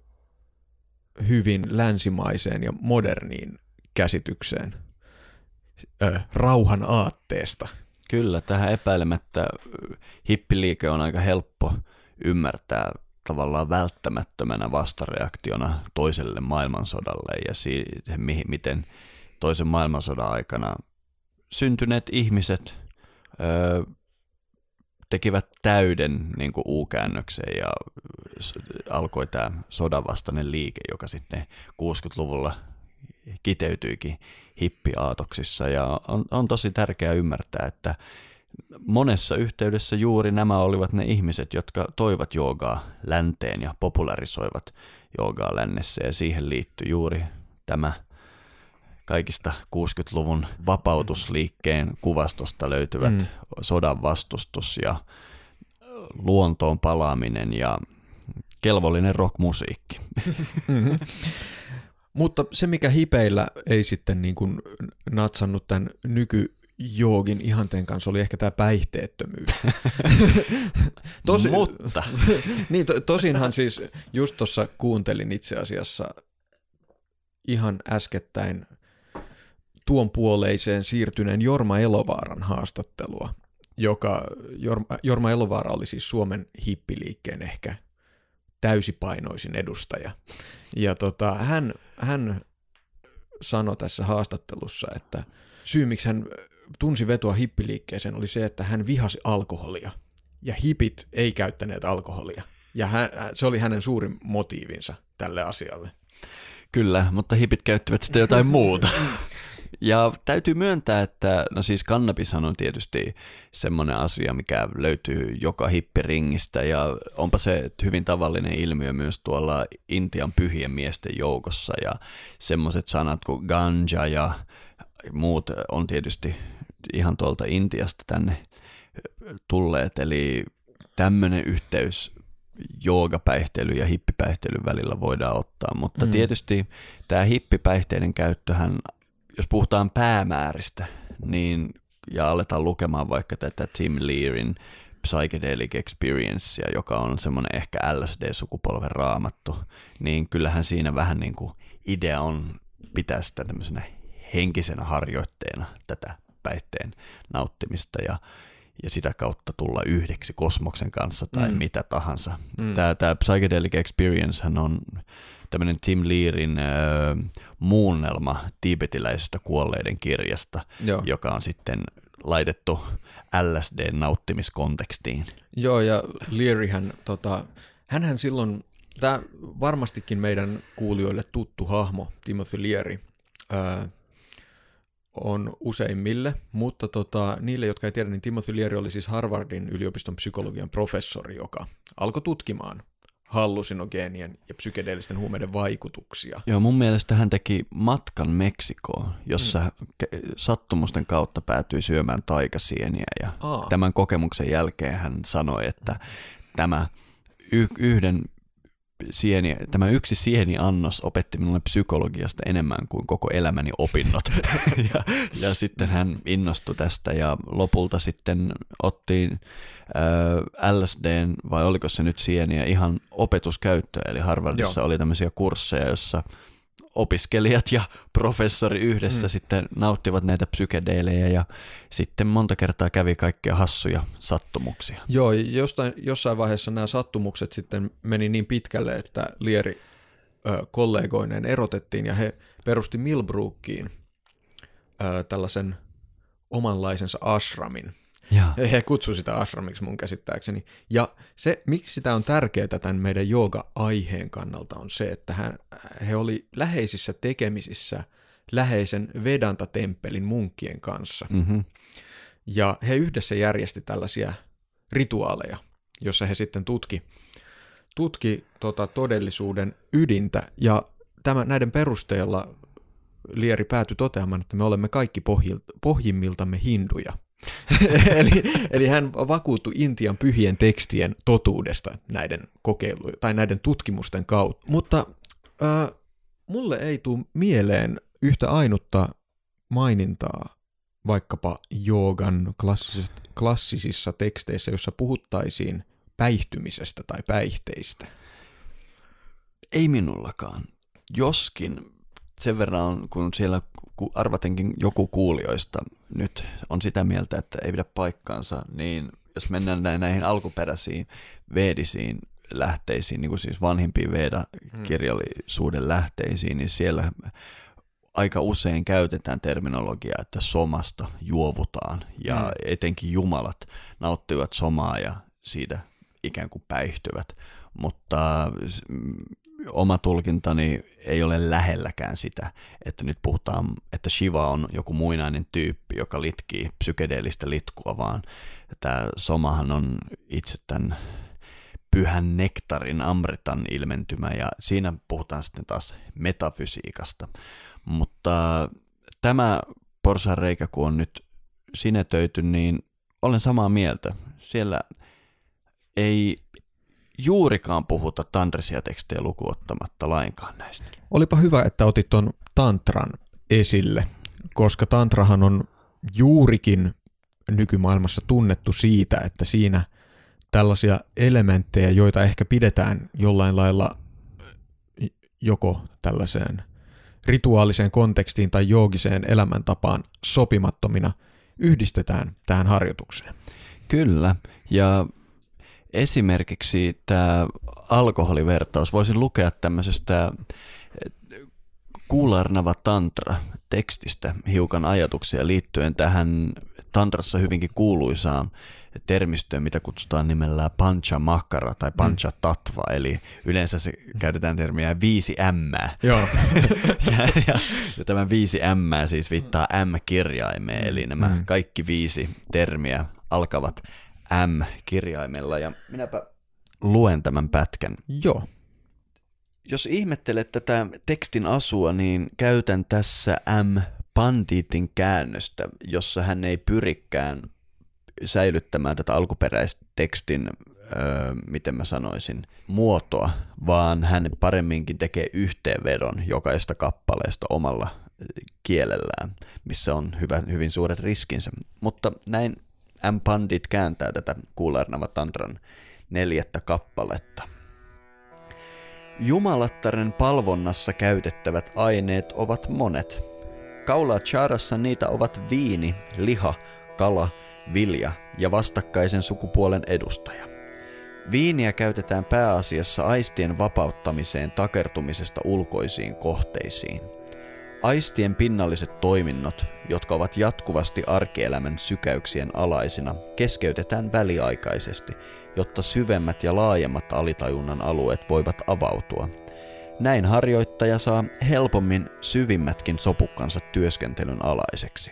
hyvin länsimaiseen ja moderniin käsitykseen ö, rauhan aatteesta. Kyllä, tähän epäilemättä hippiliike on aika helppo ymmärtää tavallaan välttämättömänä vastareaktiona toiselle maailmansodalle ja siihen, miten toisen maailmansodan aikana syntyneet ihmiset ö, tekivät täyden niin kuin U-käännöksen ja alkoi tämä sodanvastainen liike, joka sitten kuusikymmentäluvulla kiteytyikin hippiaatoksissa. Ja on, on tosi tärkeää ymmärtää, että monessa yhteydessä juuri nämä olivat ne ihmiset, jotka toivat joogaa länteen ja popularisoivat joogaa lännessä, ja siihen liittyi juuri tämä kaikista kuusikymmentäluvun vapautusliikkeen kuvastosta löytyvät mm. sodan vastustus ja luontoon palaaminen ja kelvollinen rockmusiikki. Mm-hmm. Mutta se, mikä hipeillä ei sitten niin kuin natsannut tämän nykyjoogin ihanteen kanssa, oli ehkä tämä päihteettömyys. Tosi, Mutta. niin, to, tosinhan siis just tuossa kuuntelin itse asiassa ihan äskettäin tuon puoleiseen siirtyneen Jorma Elovaaran haastattelua, joka Jorma, Jorma Elovaara oli siis Suomen hippiliikkeen ehkä täysipainoisin edustaja. Ja tota, hän, hän sanoi tässä haastattelussa, että syy miksi hän tunsi vetoa hippiliikkeeseen oli se, että hän vihasi alkoholia ja hipit ei käyttäneet alkoholia. Ja hän, se oli hänen suurin motiivinsa tälle asialle. Kyllä, mutta hipit käyttivät sitten jotain muuta. Ja täytyy myöntää, että no siis kannabishan on tietysti semmoinen asia, mikä löytyy joka hippiringistä, ja onpa se hyvin tavallinen ilmiö myös tuolla Intian pyhien miesten joukossa, ja semmoiset sanat kuin ganja ja muut on tietysti ihan tuolta Intiasta tänne tulleet, eli tämmöinen yhteys joogapäihteily ja hippipäihtelyn välillä voidaan ottaa, mutta mm. tietysti tämä hippipäihteiden käyttöhän, jos puhutaan päämääristä, niin, ja aletaan lukemaan vaikka tätä Tim Learin Psychedelic Experiencea, joka on semmoinen ehkä L S D-sukupolven raamattu, niin kyllähän siinä vähän niin kuin idea on pitää sitä tämmöisenä henkisenä harjoitteena tätä päihteen nauttimista ja, ja sitä kautta tulla yhdeksi kosmoksen kanssa tai mm. mitä tahansa. Mm. Tämä, tämä Psychedelic Experience on tämmöinen Tim Learin äh, muunnelma tiibetiläisestä kuolleiden kirjasta, Joo. joka on sitten laitettu L S D-nauttimiskontekstiin. Joo, ja Learyhän, tota, hänhän silloin, tämä varmastikin meidän kuulijoille tuttu hahmo, Timothy Leary, äh, on useimmille, mutta tota, niille, jotka ei tiedä, niin Timothy Leary oli siis Harvardin yliopiston psykologian professori, joka alkoi tutkimaan hallusinogeenien ja psykedeellisten huumeiden vaikutuksia. Joo, mun mielestä hän teki matkan Meksikoon, jossa mm. sattumusten kautta päätyi syömään taikasieniä, ja Aa. tämän kokemuksen jälkeen hän sanoi, että tämä y- yhden sieni, tämä yksi sieniannos opetti minulle psykologiasta enemmän kuin koko elämäni opinnot. ja, ja sitten hän innostui tästä ja lopulta sitten otti äh, L S D:n, vai oliko se nyt sieniä, ihan opetuskäyttöön. Eli Harvardissa Joo. oli tämmöisiä kursseja, joissa opiskelijat ja professori yhdessä mm. sitten nauttivat näitä psykedeelejä ja sitten monta kertaa kävi kaikkea hassuja sattumuksia. Joo, jostain, jossain vaiheessa nämä sattumukset sitten meni niin pitkälle, että Leary ö, kollegoineen erotettiin ja he perusti Millbrookiin ö, tällaisen omanlaisensa ashramin. Ja. He kutsuivat sitä ashramiksi mun käsittääkseni. Ja se, miksi sitä on tärkeää tämän meidän jooga-aiheen kannalta, on se, että hän, he oli läheisissä tekemisissä läheisen Vedanta-temppelin munkkien kanssa. Mm-hmm. Ja he yhdessä järjesti tällaisia rituaaleja, jossa he sitten tutki, tutki tota todellisuuden ydintä. Ja tämän, näiden perusteella Leary päätyi toteamaan, että me olemme kaikki pohjimmiltamme hinduja. eli, eli hän vakuuttui Intian pyhien tekstien totuudesta näiden kokeilujen tai näiden tutkimusten kautta. Mutta äh, mulle ei tule mieleen yhtä ainutta mainintaa vaikkapa joogan klassisissa, klassisissa teksteissä, jossa puhuttaisiin päihtymisestä tai päihteistä. Ei minullakaan. Joskin sen verran, kun siellä arvatenkin joku kuulijoista nyt on sitä mieltä, että ei pidä paikkaansa, niin jos mennään näihin alkuperäisiin veedisiin lähteisiin, niin kuin siis vanhimpiin Veda-kirjallisuuden lähteisiin, niin siellä aika usein käytetään terminologiaa, että somasta juovutaan ja mm. etenkin jumalat nauttivat somaa ja siitä ikään kuin päihtyvät, mutta oma tulkintani ei ole lähelläkään sitä, että nyt puhutaan, että Shiva on joku muinainen tyyppi, joka litkii psykedeellistä litkua, vaan tämä somahan on itse tämän pyhän nektarin, amritan ilmentymä, ja siinä puhutaan sitten taas metafysiikasta. Mutta tämä porsaanreikä, kun on nyt sinetöity, niin olen samaa mieltä. Siellä ei juurikaan puhuta tantrisia tekstejä lukuottamatta lainkaan näistä. Olipa hyvä, että otit ton tantran esille, koska tantrahan on juurikin nykymaailmassa tunnettu siitä, että siinä tällaisia elementtejä, joita ehkä pidetään jollain lailla joko tällaiseen rituaaliseen kontekstiin tai joogiseen elämäntapaan sopimattomina, yhdistetään tähän harjoitukseen. Kyllä, ja esimerkiksi tämä alkoholivertaus, voisin lukea tämmöisestä Kuularnava Tantra-tekstistä hiukan ajatuksia liittyen tähän tantrassa hyvinkin kuuluisaan termistöön, mitä kutsutaan nimellä pancha makara tai pancha tatva, mm. eli yleensä se käytetään termiä viisi ämmää. Joo. ja, ja, ja tämä viisi ämmää siis viittaa M-kirjaimeen, eli nämä mm. kaikki viisi termiä alkavat M-kirjaimella, ja minäpä luen tämän pätkän. Joo. Jos ihmettelet tätä tekstin asua, niin käytän tässä M-panditin käännöstä, jossa hän ei pyrikään säilyttämään tätä alkuperäistekstin, öö, miten mä sanoisin, muotoa, vaan hän paremminkin tekee yhteenvedon jokaista kappaleesta omalla kielellään, missä on hyvä, hyvin suuret riskinsä. Mutta näin M-pandit kääntää tätä Kuularnava Tantran neljättä kappaletta. Jumalattaren palvonnassa käytettävät aineet ovat monet. Kaulacharassa niitä ovat viini, liha, kala, vilja ja vastakkaisen sukupuolen edustaja. Viiniä käytetään pääasiassa aistien vapauttamiseen takertumisesta ulkoisiin kohteisiin. Aistien pinnalliset toiminnot, jotka ovat jatkuvasti arkielämän sykäyksien alaisina, keskeytetään väliaikaisesti, jotta syvemmät ja laajemmat alitajunnan alueet voivat avautua. Näin harjoittaja saa helpommin syvimmätkin sopukkansa työskentelyn alaiseksi.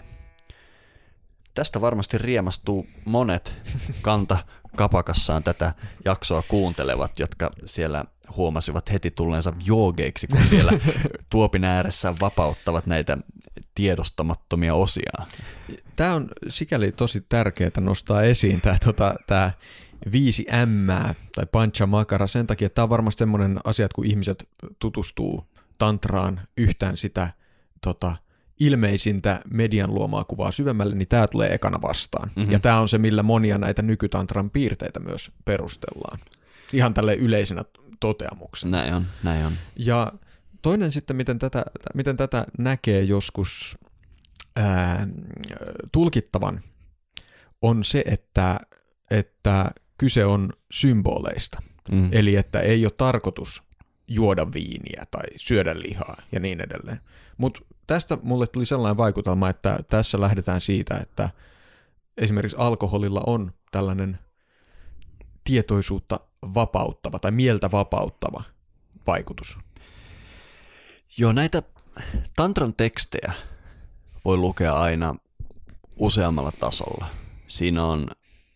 Tästä varmasti riemastuu monet kanta kapakassaan tätä jaksoa kuuntelevat, jotka siellä huomasivat heti tulleensa joogeiksi, kun siellä tuopin ääressä vapauttavat näitä tiedostamattomia osiaan. Tämä on sikäli tosi tärkeää nostaa esiin tämä, tota, tämä viisi ämmää tai pancha makara sen takia, että tämä on varmasti sellainen asia, että kun ihmiset tutustuu tantraan yhtään sitä tota, ilmeisintä median luomaa kuvaa syvemmälle, niin tämä tulee ekana vastaan. Mm-hmm. Ja tämä on se, millä monia näitä nykytantran piirteitä myös perustellaan. Ihan tälle yleisenä toteamuksena. Näin on, näin on. Ja toinen sitten, miten tätä, miten tätä näkee joskus ää, tulkittavan, on se, että, että kyse on symboleista. Mm. Eli että ei ole tarkoitus juoda viiniä tai syödä lihaa ja niin edelleen. Mutta tästä mulle tuli sellainen vaikutelma, että tässä lähdetään siitä, että esimerkiksi alkoholilla on tällainen tietoisuutta vapauttava tai mieltä vapauttava vaikutus. Joo, näitä tantran tekstejä voi lukea aina useammalla tasolla. Siinä on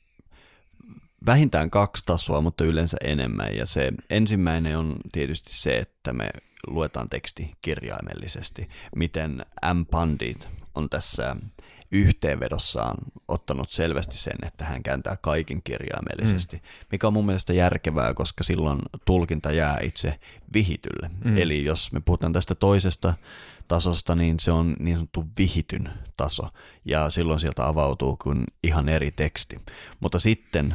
vähintään kaksi tasoa, mutta yleensä enemmän. Ja se ensimmäinen on tietysti se, että me luetaan teksti kirjaimellisesti. Miten M-pandit on tässä yhteenvedossaan ottanut selvästi sen, että hän kääntää kaiken kirjaimellisesti, mm. mikä on mun mielestä järkevää, koska silloin tulkinta jää itse vihitylle. Mm. Eli jos me puhutaan tästä toisesta tasosta, niin se on niin sanottu vihityn taso, ja silloin sieltä avautuu kuin ihan eri teksti. Mutta sitten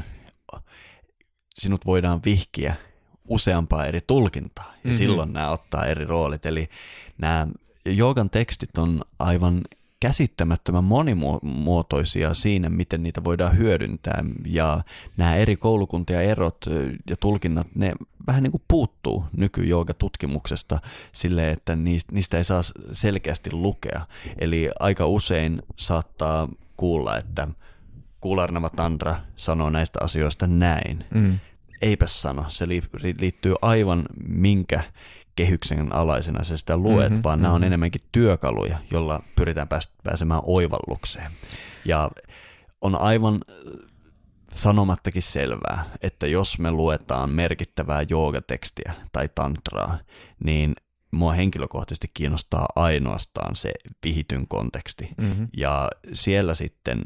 sinut voidaan vihkiä useampaa eri tulkintaa, ja mm-hmm. silloin nämä ottaa eri roolit. Eli nämä joogan tekstit on aivan käsittämättömän monimuotoisia siinä, miten niitä voidaan hyödyntää. Ja nämä eri koulukuntia erot ja tulkinnat, ne vähän niin kuin puuttuu nykyjoogatutkimuksesta silleen, että niistä ei saa selkeästi lukea. Eli aika usein saattaa kuulla, että Kuularnava Tantra sanoo näistä asioista näin. Mm. Eipäs sano, se liittyy aivan minkä kehyksen alaisena se sitä luet, mm-hmm, vaan mm-hmm. nämä on enemmänkin työkaluja, jolla pyritään pääsemään oivallukseen. Ja on aivan sanomattakin selvää, että jos me luetaan merkittävää joogatekstiä tai tantraa, niin mua henkilökohtaisesti kiinnostaa ainoastaan se vihityn konteksti. Mm-hmm. Ja siellä sitten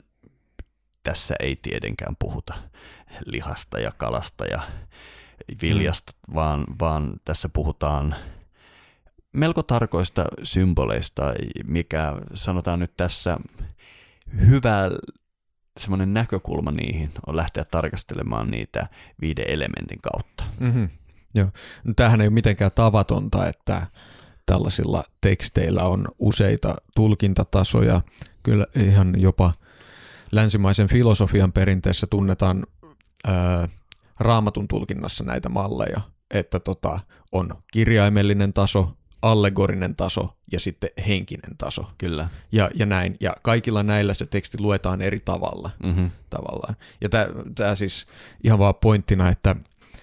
tässä ei tietenkään puhuta lihasta ja kalasta ja viljasta, mm. vaan, vaan tässä puhutaan melko tarkoista symboleista, mikä sanotaan nyt tässä hyvä semmoinen näkökulma niihin on lähteä tarkastelemaan niitä viiden elementin kautta. Mm-hmm. Joo. No, tämähän ei ole mitenkään tavatonta, että tällaisilla teksteillä on useita tulkintatasoja, kyllä ihan jopa länsimaisen filosofian perinteessä tunnetaan ää, Raamatun tulkinnassa näitä malleja, että tota, on kirjaimellinen taso, allegorinen taso ja sitten henkinen taso. Kyllä. Ja, ja näin. Ja kaikilla näillä se teksti luetaan eri tavalla. Mm-hmm. tavallaan. Ja tämä siis ihan vaan pointtina, että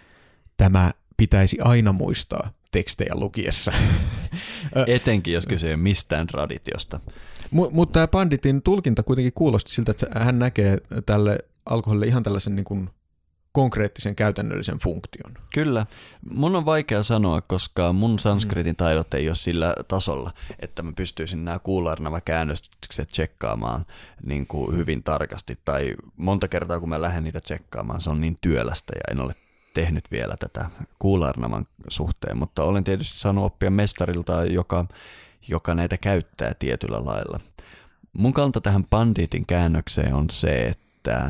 tämä pitäisi aina muistaa tekstejä lukiessa. Etenkin, jos kyse mistään traditiosta. M- mutta tämä Panditin tulkinta kuitenkin kuulosti siltä, että hän näkee tälle alkoholille ihan tällaisen niin kuin konkreettisen käytännöllisen funktion. Kyllä. Mun on vaikea sanoa, koska mun sanskritin taidot ei ole sillä tasolla, että mä pystyisin nämä Kuularnava-käännökset tsekkaamaan niin kuin hyvin tarkasti. Tai monta kertaa, kun mä lähden niitä tsekkaamaan, se on niin työlästä ja en ole tehnyt vielä tätä Kuularnavan suhteen, mutta olen tietysti saanut oppia mestarilta, joka, joka näitä käyttää tietyllä lailla. Mun kanta tähän Panditin käännökseen on se, että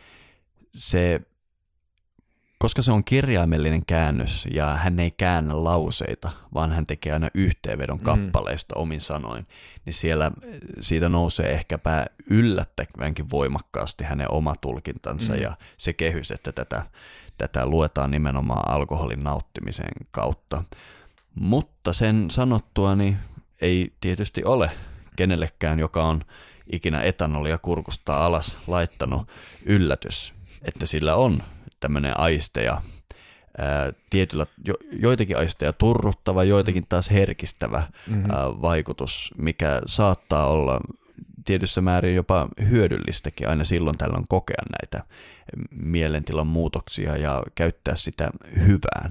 se, koska se on kirjaimellinen käännös ja hän ei käännä lauseita, vaan hän tekee aina yhteenvedon kappaleista mm. omin sanoin, niin siellä siitä nousee ehkäpä yllättävänkin voimakkaasti hänen oma tulkintansa mm. ja se kehys, että tätä Tätä luetaan nimenomaan alkoholin nauttimisen kautta. Mutta sen sanottuani ei tietysti ole kenellekään, joka on ikinä etanolia kurkusta alas laittanut yllätys, että sillä on tämmöinen aisteja, ää, tietyllä, jo, joitakin aisteja turruttava, joitakin taas herkistävä mm-hmm. ää, vaikutus, mikä saattaa olla tietyssä määrin jopa hyödyllistäkin aina silloin tällöin kokea näitä mielentilan muutoksia ja käyttää sitä hyvään.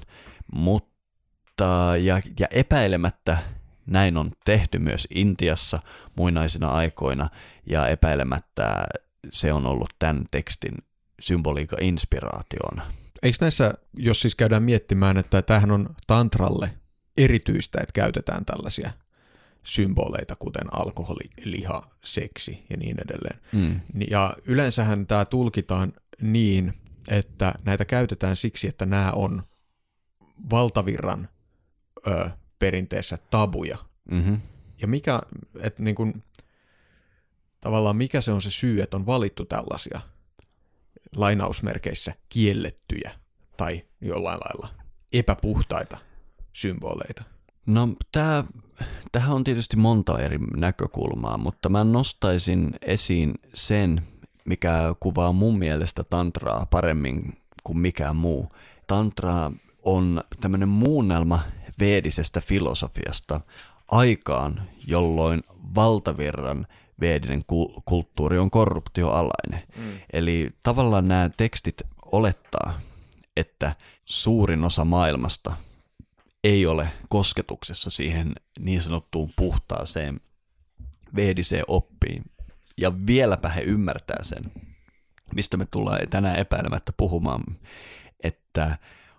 Mutta ja, ja epäilemättä näin on tehty myös Intiassa muinaisina aikoina ja epäilemättä se on ollut tämän tekstin symboliikan inspiraationa. Eikö näissä, jos siis käydään miettimään, että tämähän on tantralle erityistä, että käytetään tällaisia symboleita, kuten alkoholi, liha, seksi ja niin edelleen. Mm. Ja yleensähän tämä tulkitaan niin, että näitä käytetään siksi, että nämä on valtavirran ö, perinteessä tabuja. Mm-hmm. Ja mikä, että niin kun, tavallaan mikä se on se syy, että on valittu tällaisia lainausmerkeissä kiellettyjä tai jollain lailla epäpuhtaita symboleita? No tämä, tähän on tietysti monta eri näkökulmaa, mutta mä nostaisin esiin sen, mikä kuvaa mun mielestä tantraa paremmin kuin mikään muu. Tantra on tämmöinen muunnelma veedisestä filosofiasta aikaan, jolloin valtavirran veedinen kulttuuri on korruptioalainen. Mm. Eli tavallaan nämä tekstit olettaa, että suurin osa maailmasta ei ole kosketuksessa siihen niin sanottuun puhtaaseen veediseen oppiin. Ja vieläpä he ymmärtää sen, mistä me tullaan tänään epäilemättä puhumaan, että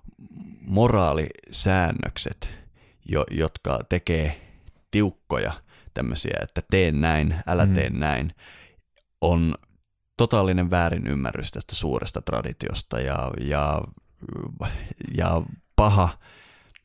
moraalisäännökset, jo, jotka tekee tiukkoja tämmöisiä, että teen näin, älä tee mm. näin, on totaalinen väärinymmärrys tästä suuresta traditiosta ja, ja, ja paha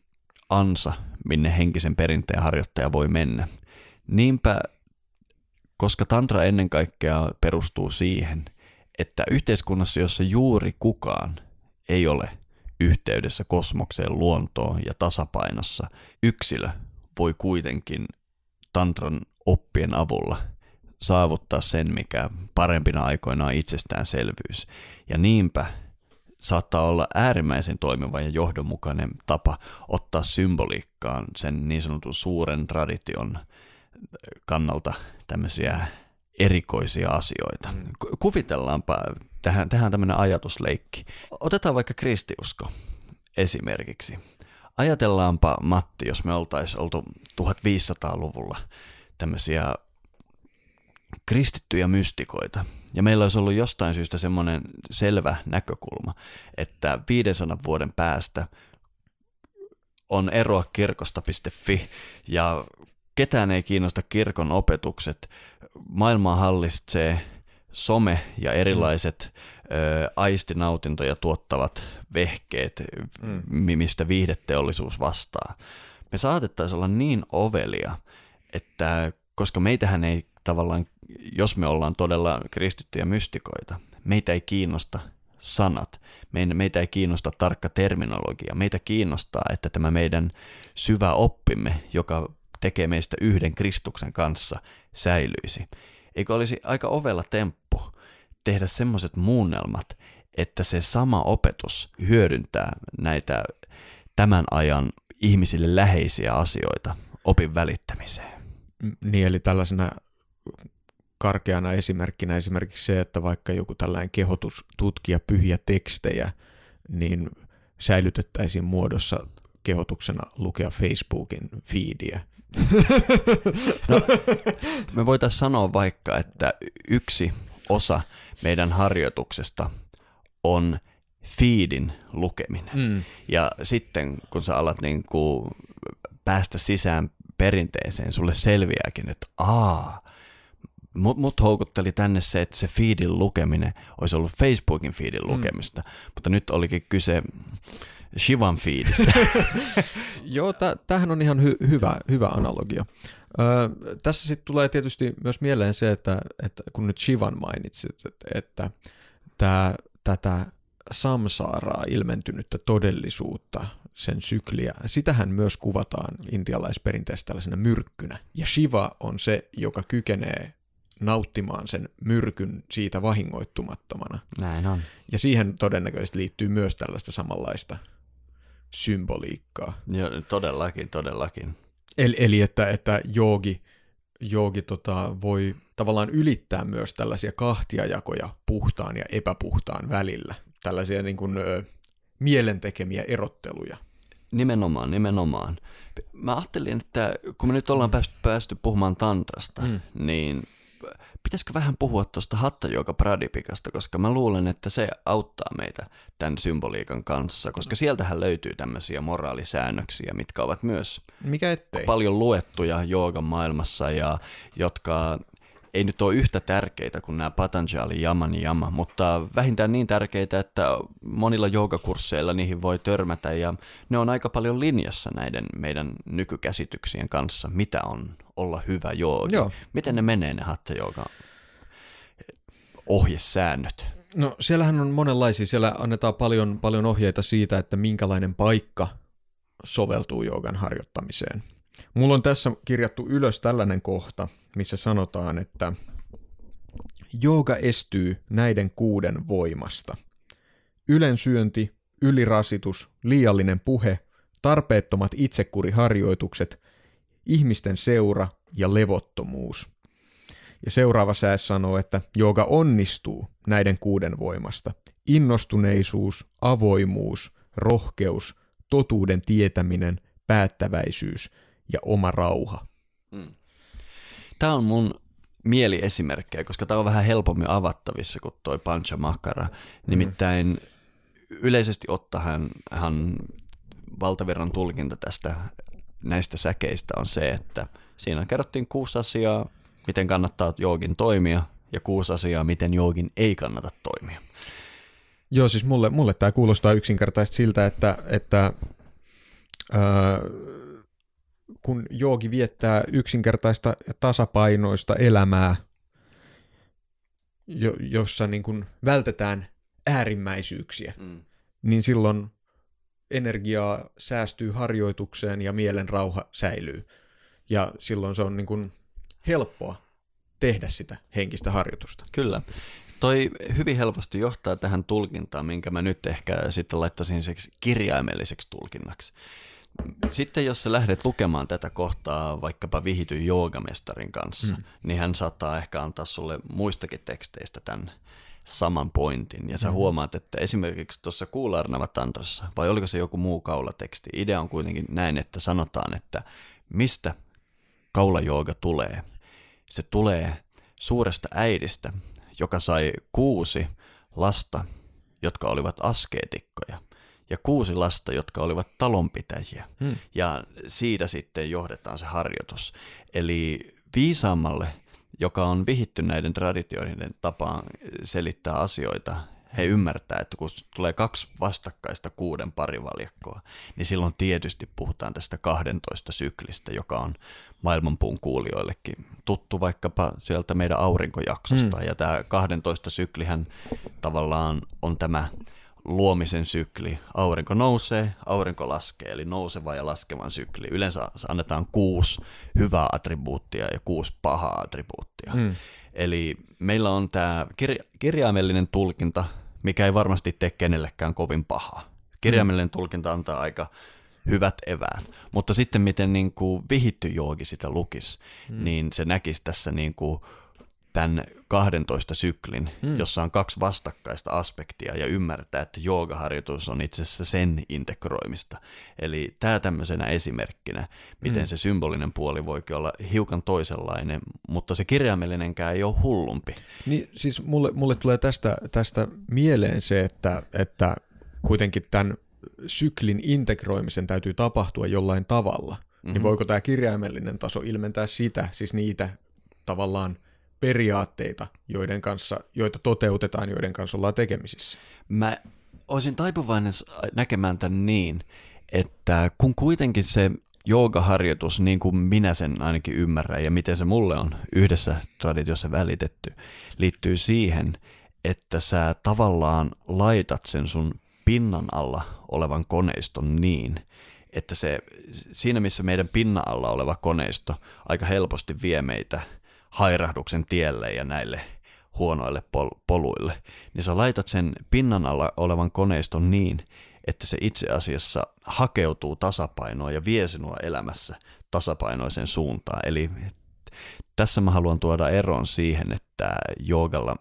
ansa, minne henkisen perinteen harjoittaja voi mennä. Niinpä koska tantra ennen kaikkea perustuu siihen, että yhteiskunnassa, jossa juuri kukaan ei ole yhteydessä kosmokseen, luontoon ja tasapainossa, yksilö voi kuitenkin tantran oppien avulla saavuttaa sen, mikä parempina aikoina on itsestäänselvyys. Ja niinpä saattaa olla äärimmäisen toimiva ja johdonmukainen tapa ottaa symboliikkaan sen niin sanotun suuren tradition kannalta tämmöisiä erikoisia asioita. Kuvitellaanpa, tähän, tähän tämmöinen ajatusleikki. Otetaan vaikka kristiusko esimerkiksi. Ajatellaanpa, Matti, jos me oltaisiin oltu tuhatviisisataaluvulla tämmöisiä kristittyjä mystikoita, ja meillä olisi ollut jostain syystä semmoinen selvä näkökulma, että viidensadan vuoden päästä on eroa kirkosta piste fi, ja ketään ei kiinnosta kirkon opetukset, maailmaa hallitsee some ja erilaiset mm. ö, aistinautintoja tuottavat vehkeet, mm. mistä viihdeteollisuus vastaa. Me saatettaisiin olla niin ovelia, että koska meitähän ei tavallaan, jos me ollaan todella kristittyjä mystikoita, meitä ei kiinnosta sanat, meitä ei kiinnosta tarkka terminologia, meitä kiinnostaa, että tämä meidän syvä oppimme, joka tekee meistä yhden Kristuksen kanssa, säilyisi. Eikö olisi aika ovella temppu tehdä semmoiset muunnelmat, että se sama opetus hyödyntää näitä tämän ajan ihmisille läheisiä asioita opin välittämiseen? Niin, eli tällaisena karkeana esimerkkinä esimerkiksi se, että vaikka joku tällainen kehotus tutkia pyhiä tekstejä, niin säilytettäisiin muodossa kehotuksena lukea Facebookin feediä. No, me voitaisiin sanoa vaikka, että yksi osa meidän harjoituksesta on feedin lukeminen. Mm. Ja sitten kun sä alat niin kuin päästä sisään perinteeseen, sulle selviääkin, että aa, mut, mut houkutteli tänne se, että se feedin lukeminen olisi ollut Facebookin feedin lukemista, mm. mutta nyt olikin kyse Shivan feedistä. Joo, tämähän on ihan hy- hyvä, hyvä analogia. Ö, tässä sitten tulee tietysti myös mieleen se, että, että kun nyt Shivan mainitsit, että, että tää, tätä samsaaraa, ilmentynyttä todellisuutta, sen sykliä, sitähän myös kuvataan intialaisperinteessä tällaisena myrkkynä. Ja Shiva on se, joka kykenee nauttimaan sen myrkyn siitä vahingoittumattomana. Näin on. Ja siihen todennäköisesti liittyy myös tällaista samanlaista symboliikkaa. Joo, todellakin, todellakin. Eli, eli että, että joogi, joogi tota, voi tavallaan ylittää myös tällaisia kahtiajakoja puhtaan ja epäpuhtaan välillä. Tällaisia niin kuin, ö, mielentekemiä erotteluja. Nimenomaan, nimenomaan. Mä ajattelin, että kun me nyt ollaan päästy, päästy puhumaan tantrasta, mm. niin pitäisikö vähän puhua tuosta Hatha Yoga Pradipikasta, koska mä luulen, että se auttaa meitä tämän symboliikan kanssa, koska sieltähän löytyy tämmöisiä moraalisäännöksiä, mitkä ovat myös Mikä ettei? paljon luettuja joogan maailmassa ja jotka ei nyt ole yhtä tärkeitä kuin nämä Patanjali Yama Niyama, mutta vähintään niin tärkeitä, että monilla joogakursseilla niihin voi törmätä ja ne on aika paljon linjassa näiden meidän nykykäsityksien kanssa, mitä on olla hyvä joogi. Joo. Miten ne menee ne Hatha Yoga ohjesäännöt? No siellähän on monenlaisia, siellä annetaan paljon, paljon ohjeita siitä, että minkälainen paikka soveltuu joogan harjoittamiseen. Mulla on tässä kirjattu ylös tällainen kohta, missä sanotaan, että jooga estyy näiden kuuden voimasta. Ylensyönti, ylirasitus, liiallinen puhe, tarpeettomat itsekuriharjoitukset, ihmisten seura ja levottomuus. Ja seuraava sää sanoo, että jooga onnistuu näiden kuuden voimasta. Innostuneisuus, avoimuus, rohkeus, totuuden tietäminen, päättäväisyys ja oma rauha. Hmm. Tämä on mun mieliesimerkkejä, koska tämä on vähän helpommin avattavissa kuin toi Panchamakara. Nimittäin hmm. yleisesti ottaen hän valtavirran tulkinta tästä näistä säkeistä on se, että siinä kerrottiin kuusi asiaa, miten kannattaa joogin toimia, ja kuusi asiaa, miten joogin ei kannata toimia. Joo, siis mulle, mulle tämä kuulostaa yksinkertaisesti siltä, että, että ää, kun joogi viettää yksinkertaista ja tasapainoista elämää jo, jossa niin kuin vältetään äärimmäisyyksiä, Mm. niin silloin energiaa säästyy harjoitukseen ja mielen rauha säilyy. Ja silloin se on niin kuin helppoa tehdä sitä henkistä harjoitusta. Kyllä. Toi hyvin helposti johtaa tähän tulkintaan, minkä mä nyt ehkä sitten laittaisin seksi kirjaimelliseksi tulkinnaksi. Sitten jos sä lähdet lukemaan tätä kohtaa vaikkapa vihityn joogamestarin kanssa, mm. niin hän saattaa ehkä antaa sulle muistakin teksteistä tämän saman pointin. Ja sä mm. huomaat, että esimerkiksi tuossa Kuularnava Tantrassa, vai oliko se joku muu kaulateksti, idea on kuitenkin näin, että sanotaan, että mistä kaulajooga tulee. Se tulee suuresta äidistä, joka sai kuusi lasta, jotka olivat askeetikkoja, ja kuusi lasta, jotka olivat talonpitäjiä. Hmm. Ja siitä sitten johdetaan se harjoitus. Eli viisaammalle, joka on vihitty näiden traditioiden tapaan selittää asioita, he ymmärtää, että kun tulee kaksi vastakkaista kuuden parivaljakkoa, niin silloin tietysti puhutaan tästä kahdentoista syklistä, joka on maailmanpuun kuulijoillekin tuttu vaikkapa sieltä meidän aurinkojaksosta. Mm. Ja tämä kahdentoista syklihän tavallaan on tämä luomisen sykli. Aurinko nousee, aurinko laskee, eli nouseva ja laskevan sykli. Yleensä annetaan kuusi hyvää attribuuttia ja kuusi pahaa attribuuttia. Mm. Eli meillä on tämä kirja- kirjaimellinen tulkinta, mikä ei varmasti tee kenellekään kovin pahaa. Kirjaimellinen mm. tulkinta antaa aika hyvät eväät, mutta sitten miten niin kuin vihitty joogi sitä lukisi, mm. niin se näkisi tässä niin kuin tämän kahdentoista syklin, mm. jossa on kaksi vastakkaista aspektia ja ymmärtää, että joogaharjoitus on itse asiassa sen integroimista. Eli tämä tämmöisenä esimerkkinä, miten mm. se symbolinen puoli voikin olla hiukan toisenlainen, mutta se kirjaimellinenkään ei ole hullumpi. Niin, siis mulle, mulle tulee tästä, tästä mieleen se, että, että kuitenkin tämän syklin integroimisen täytyy tapahtua jollain tavalla. Mm-hmm. Niin voiko tämä kirjaimellinen taso ilmentää sitä, siis niitä tavallaan periaatteita, joiden kanssa, joita toteutetaan, joiden kanssa ollaan tekemisissä? Mä olisin taipuvainen näkemään tämän niin, että kun kuitenkin se joogaharjoitus, niin kuin minä sen ainakin ymmärrän ja miten se mulle on yhdessä traditiossa välitetty, liittyy siihen, että sä tavallaan laitat sen sun pinnan alla olevan koneiston niin, että se, siinä missä meidän pinnan alla oleva koneisto aika helposti vie meitä hairahduksen tielle ja näille huonoille pol- poluille, niin sä laitat sen pinnan alla olevan koneiston niin, että se itse asiassa hakeutuu tasapainoon ja vie sinua elämässä tasapainoiseen suuntaan. Eli tässä mä haluan tuoda eron siihen, että joogalla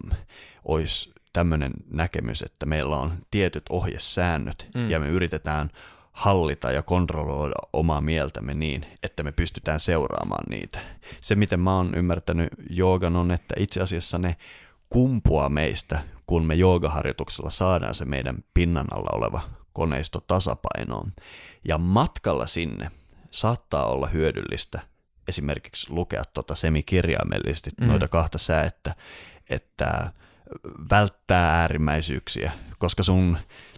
olisi tämmöinen näkemys, että meillä on tietyt ohjesäännöt mm. ja me yritetään hallita ja kontrolloida omaa mieltämme niin, että me pystytään seuraamaan niitä. Se, miten mä oon ymmärtänyt joogan on, että itse asiassa ne kumpuaa meistä, kun me joogaharjoituksella saadaan se meidän pinnan alla oleva koneisto tasapainoon. Ja matkalla sinne saattaa olla hyödyllistä esimerkiksi lukea tuota semikirjaimellisesti mm. noita kahta säätä, että välttää äärimmäisyyksiä, koska sun,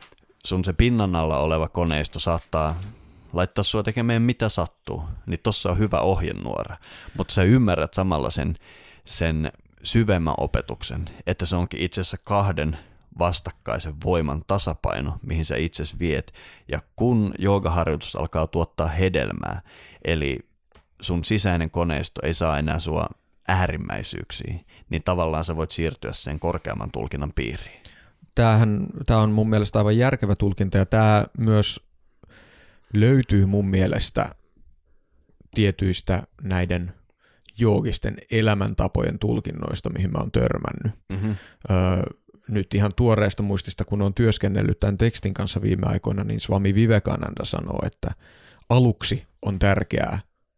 sun se pinnan alla oleva koneisto saattaa laittaa sua tekemään mitä sattuu, niin tossa on hyvä ohjenuora, mutta sä ymmärrät samalla sen, sen syvemmän opetuksen, että se onkin itse asiassa kahden vastakkaisen voiman tasapaino, mihin sä itse viet, ja kun joogaharjoitus alkaa tuottaa hedelmää, eli sun sisäinen koneisto ei saa enää sua äärimmäisyyksiin, niin tavallaan sä voit siirtyä sen korkeamman tulkinnan piiriin. Tämähän, tämä on mun mielestä aivan järkevä tulkinta, ja tämä myös löytyy mun mielestä tietyistä näiden joogisten elämäntapojen tulkinnoista, mihin mä oon törmännyt. Mm-hmm. Öö, nyt ihan tuoreesta muistista, kun on työskennellyt tämän tekstin kanssa viime aikoina, niin Swami Vivekananda sanoo, että aluksi on tärkeää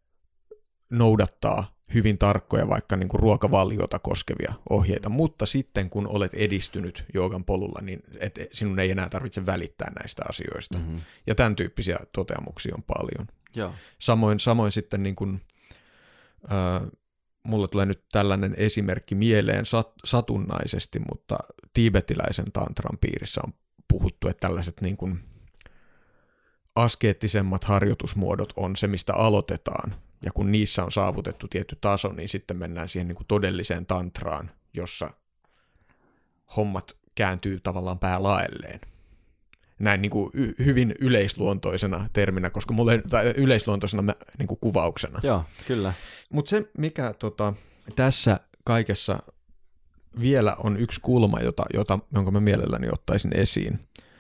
noudattaa hyvin tarkkoja vaikka niin kuin ruokavaliota koskevia ohjeita, mutta sitten kun olet edistynyt joogan polulla, niin et, sinun ei enää tarvitse välittää näistä asioista. Mm-hmm. Ja tämän tyyppisiä toteamuksia on paljon. Joo. Samoin, samoin sitten niin kuin, äh, mulla tulee nyt tällainen esimerkki mieleen sat, satunnaisesti, mutta tiibetiläisen tantran piirissä on puhuttu, että tällaiset niin kuin askeettisemmat harjoitusmuodot on se, mistä aloitetaan. Ja kun niissä on saavutettu tietty taso, niin sitten mennään siihen niin kuin todelliseen tantraan, jossa hommat kääntyy tavallaan päälaelleen. Näin niin kuin y- hyvin yleisluontoisena terminä, koska mulle, tai yleisluontoisena niin kuin kuvauksena. Joo, kyllä. Mutta se, mikä tota, tässä kaikessa vielä on yksi kulma, jota, jota, jonka mä mielelläni ottaisin esiin,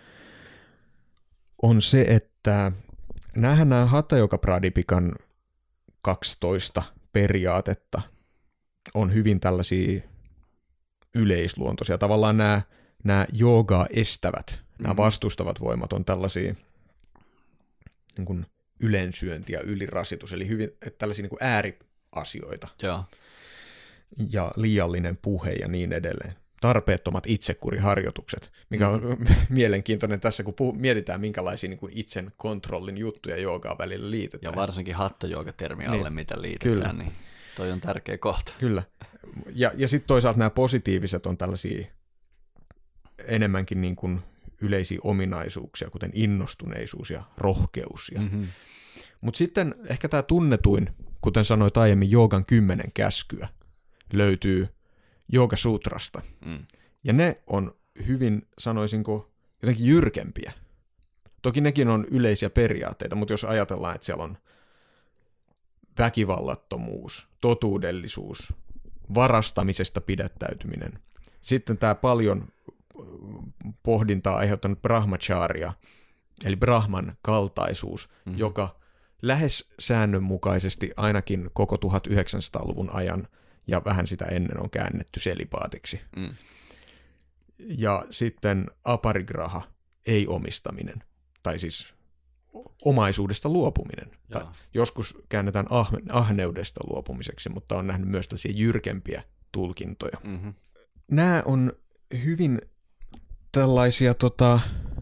on se, että näähän nämä Hatha Yoga Pradipikan kaksitoista periaatetta on hyvin tällaisia yleisluontoisia. Tavallaan nämä, nämä joogaa estävät, mm-hmm. nämä vastustavat voimat on tällaisia niin kuin ylensyönti ja ylirasitus, eli hyvin tällaisia niin kuin ääriasioita. Joo. Ja liiallinen puhe ja niin edelleen. Tarpeettomat itsekuriharjoitukset, mikä on mm-hmm. mielenkiintoinen tässä, kun puh- mietitään, minkälaisia niin kuin itsen kontrollin juttuja joogaa välillä liitetään. Ja varsinkin Hatha Yoga-termi alle, niin. mitä liitetään, Kyllä. niin toi on tärkeä kohta. Kyllä. Ja, ja sitten toisaalta nämä positiiviset on tällaisia enemmänkin niin kuin yleisiä ominaisuuksia, kuten innostuneisuus ja rohkeus. Ja... Mm-hmm. Mutta sitten ehkä tämä tunnetuin, kuten sanoit aiemmin, joogan kymmenen käskyä, löytyy Yoga Sutrasta. Mm. Ja ne on hyvin, sanoisinko, jotenkin jyrkempiä. Toki nekin on yleisiä periaatteita, mutta jos ajatellaan, että siellä on väkivallattomuus, totuudellisuus, varastamisesta pidättäytyminen, sitten tämä paljon pohdintaa aiheuttanut brahmacharya, eli brahman kaltaisuus, mm-hmm. joka lähes säännönmukaisesti ainakin koko tuhatyhdeksänsataaluvun ajan ja vähän sitä ennen on käännetty selibaatiksi. Mm. Ja sitten aparigraha, ei-omistaminen, tai siis omaisuudesta luopuminen. Tai joskus käännetään ah- ahneudesta luopumiseksi, mutta on nähnyt myös tällaisia jyrkempiä tulkintoja. Mm-hmm. Nämä on hyvin tällaisia tota,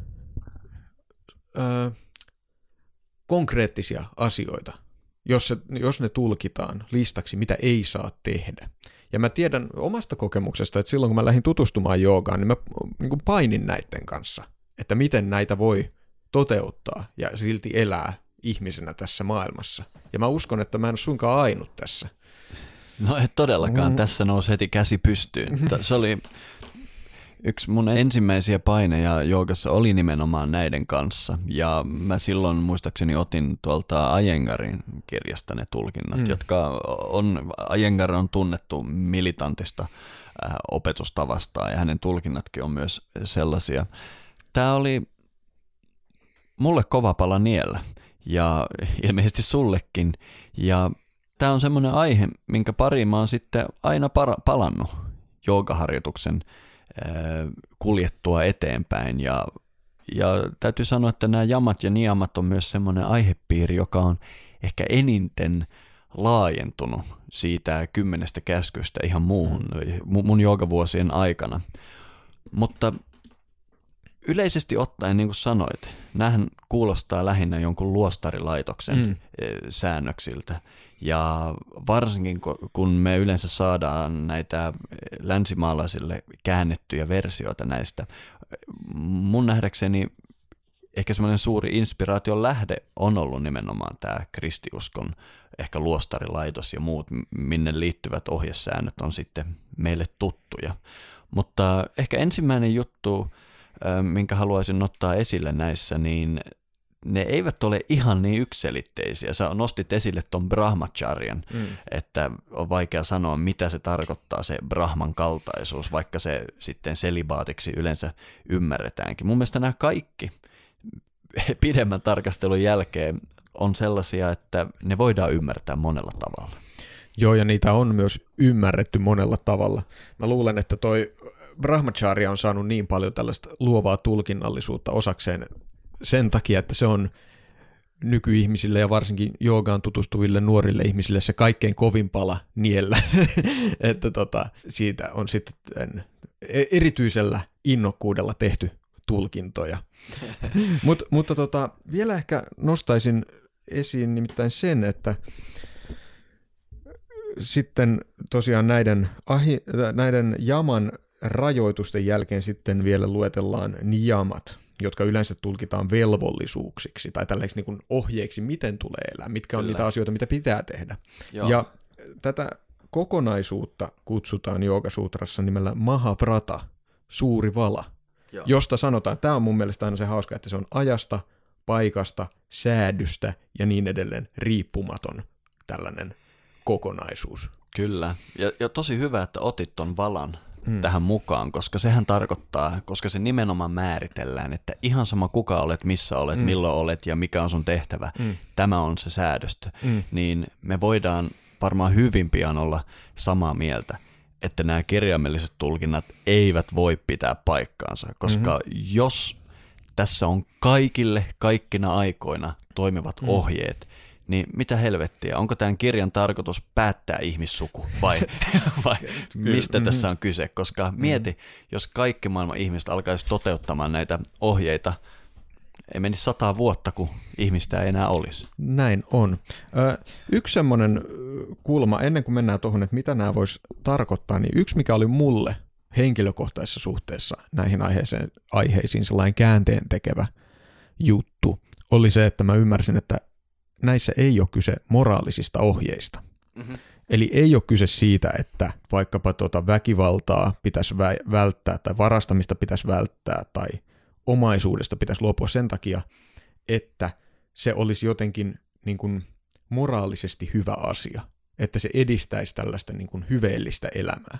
ö, konkreettisia asioita, jos, se, jos ne tulkitaan listaksi, mitä ei saa tehdä. Ja mä tiedän omasta kokemuksesta, että silloin kun mä lähdin tutustumaan joogaan, niin mä niin kuin painin näiden kanssa, että miten näitä voi toteuttaa ja silti elää ihmisenä tässä maailmassa. Ja mä uskon, että mä en ole suinkaan ainut tässä. No et todellakaan, mm. tässä nousi heti käsi pystyyn. Se oli yksi mun ensimmäisiä paineja joogassa oli nimenomaan näiden kanssa. Ja mä silloin muistaakseni otin tuolta Iyengarin kirjasta ne tulkinnat, mm. jotka on, Iyengar on tunnettu militantista äh, opetustavasta ja hänen tulkinnatkin on myös sellaisia. Tää oli mulle kova pala niellä ja ilmeisesti sullekin. Ja tää on semmoinen aihe, minkä pariin mä oon sitten aina para- palannut joogaharjoituksen kuljettua eteenpäin ja, ja täytyy sanoa, että nämä jamat ja niyamat on myös semmoinen aihepiiri, joka on ehkä eniten laajentunut siitä kymmenestä käskystä ihan muuhun mun joogavuosien aikana, mutta yleisesti ottaen, niin kuin sanoit, näähän kuulostaa lähinnä jonkun luostarilaitoksen mm. säännöksiltä. Ja varsinkin kun me yleensä saadaan näitä länsimaalaisille käännettyjä versioita näistä, mun nähdäkseni ehkä semmoinen suuri inspiraation lähde on ollut nimenomaan tämä kristiuskon ehkä luostarilaitos ja muut, minne liittyvät ohjesäännöt on sitten meille tuttuja. Mutta ehkä ensimmäinen juttu, minkä haluaisin ottaa esille näissä, niin ne eivät ole ihan niin yksiselitteisiä. Sä nostit esille ton brahmacharyan, mm. että on vaikea sanoa, mitä se tarkoittaa, se brahman kaltaisuus, vaikka se sitten selibaatiksi yleensä ymmärretäänkin. Mun mielestä nämä kaikki pidemmän tarkastelun jälkeen on sellaisia, että ne voidaan ymmärtää monella tavalla. Joo, ja niitä on myös ymmärretty monella tavalla. Mä luulen, että toi brahmacharya on saanut niin paljon tällaista luovaa tulkinnallisuutta osakseen sen takia, että se on nykyihmisille ja varsinkin joogaan tutustuville nuorille ihmisille se kaikkein kovin pala niellä, että tota, siitä on sitten erityisellä innokkuudella tehty tulkintoja. Mut, mutta tota, vielä ehkä nostaisin esiin nimittäin sen, että sitten tosiaan näiden, ahi, näiden jaman rajoitusten jälkeen sitten vielä luetellaan niyamat, jotka yleensä tulkitaan velvollisuuksiksi tai tällaisiksi niin kuin ohjeiksi, miten tulee elää, mitkä on Kyllä. niitä asioita, mitä pitää tehdä. Joo. Ja tätä kokonaisuutta kutsutaan Yoga Sutrassa nimellä Mahavrata suuri vala, Joo. josta sanotaan, tämä on mun mielestä aina se hauska, että se on ajasta, paikasta, säädystä ja niin edelleen riippumaton tällainen kokonaisuus. Kyllä, ja, ja tosi hyvä, että otit ton valan hmm. tähän mukaan, koska sehän tarkoittaa, koska se nimenomaan määritellään, että ihan sama kuka olet, missä olet, hmm. milloin olet ja mikä on sun tehtävä, hmm. tämä on se säädöstö, hmm. niin me voidaan varmaan hyvin pian olla samaa mieltä, että nämä kirjaimelliset tulkinnat eivät voi pitää paikkaansa, koska mm-hmm. jos tässä on kaikille kaikkina aikoina toimivat mm. ohjeet, niin mitä helvettiä, onko tämän kirjan tarkoitus päättää ihmissuku vai, vai mistä mm-hmm. tässä on kyse, koska mieti, mm-hmm. jos kaikki maailman ihmiset alkaisi toteuttamaan näitä ohjeita, ei menisi sataa vuotta, kun ihmistä ei enää olisi. Näin on. Ö, yksi semmoinen kulma, ennen kuin mennään tuohon, että mitä nämä voisi tarkoittaa, niin yksi, mikä oli mulle henkilökohtaisessa suhteessa näihin aiheeseen, aiheisiin sellainen käänteen tekevä juttu, oli se, että mä ymmärsin, että näissä ei ole kyse moraalisista ohjeista. Mm-hmm. Eli ei ole kyse siitä, että vaikkapa tuota väkivaltaa pitäisi vä- välttää tai varastamista pitäisi välttää tai omaisuudesta pitäisi luopua sen takia, että se olisi jotenkin niin kuin moraalisesti hyvä asia, että se edistäisi tällaista niin kuin hyveellistä elämää.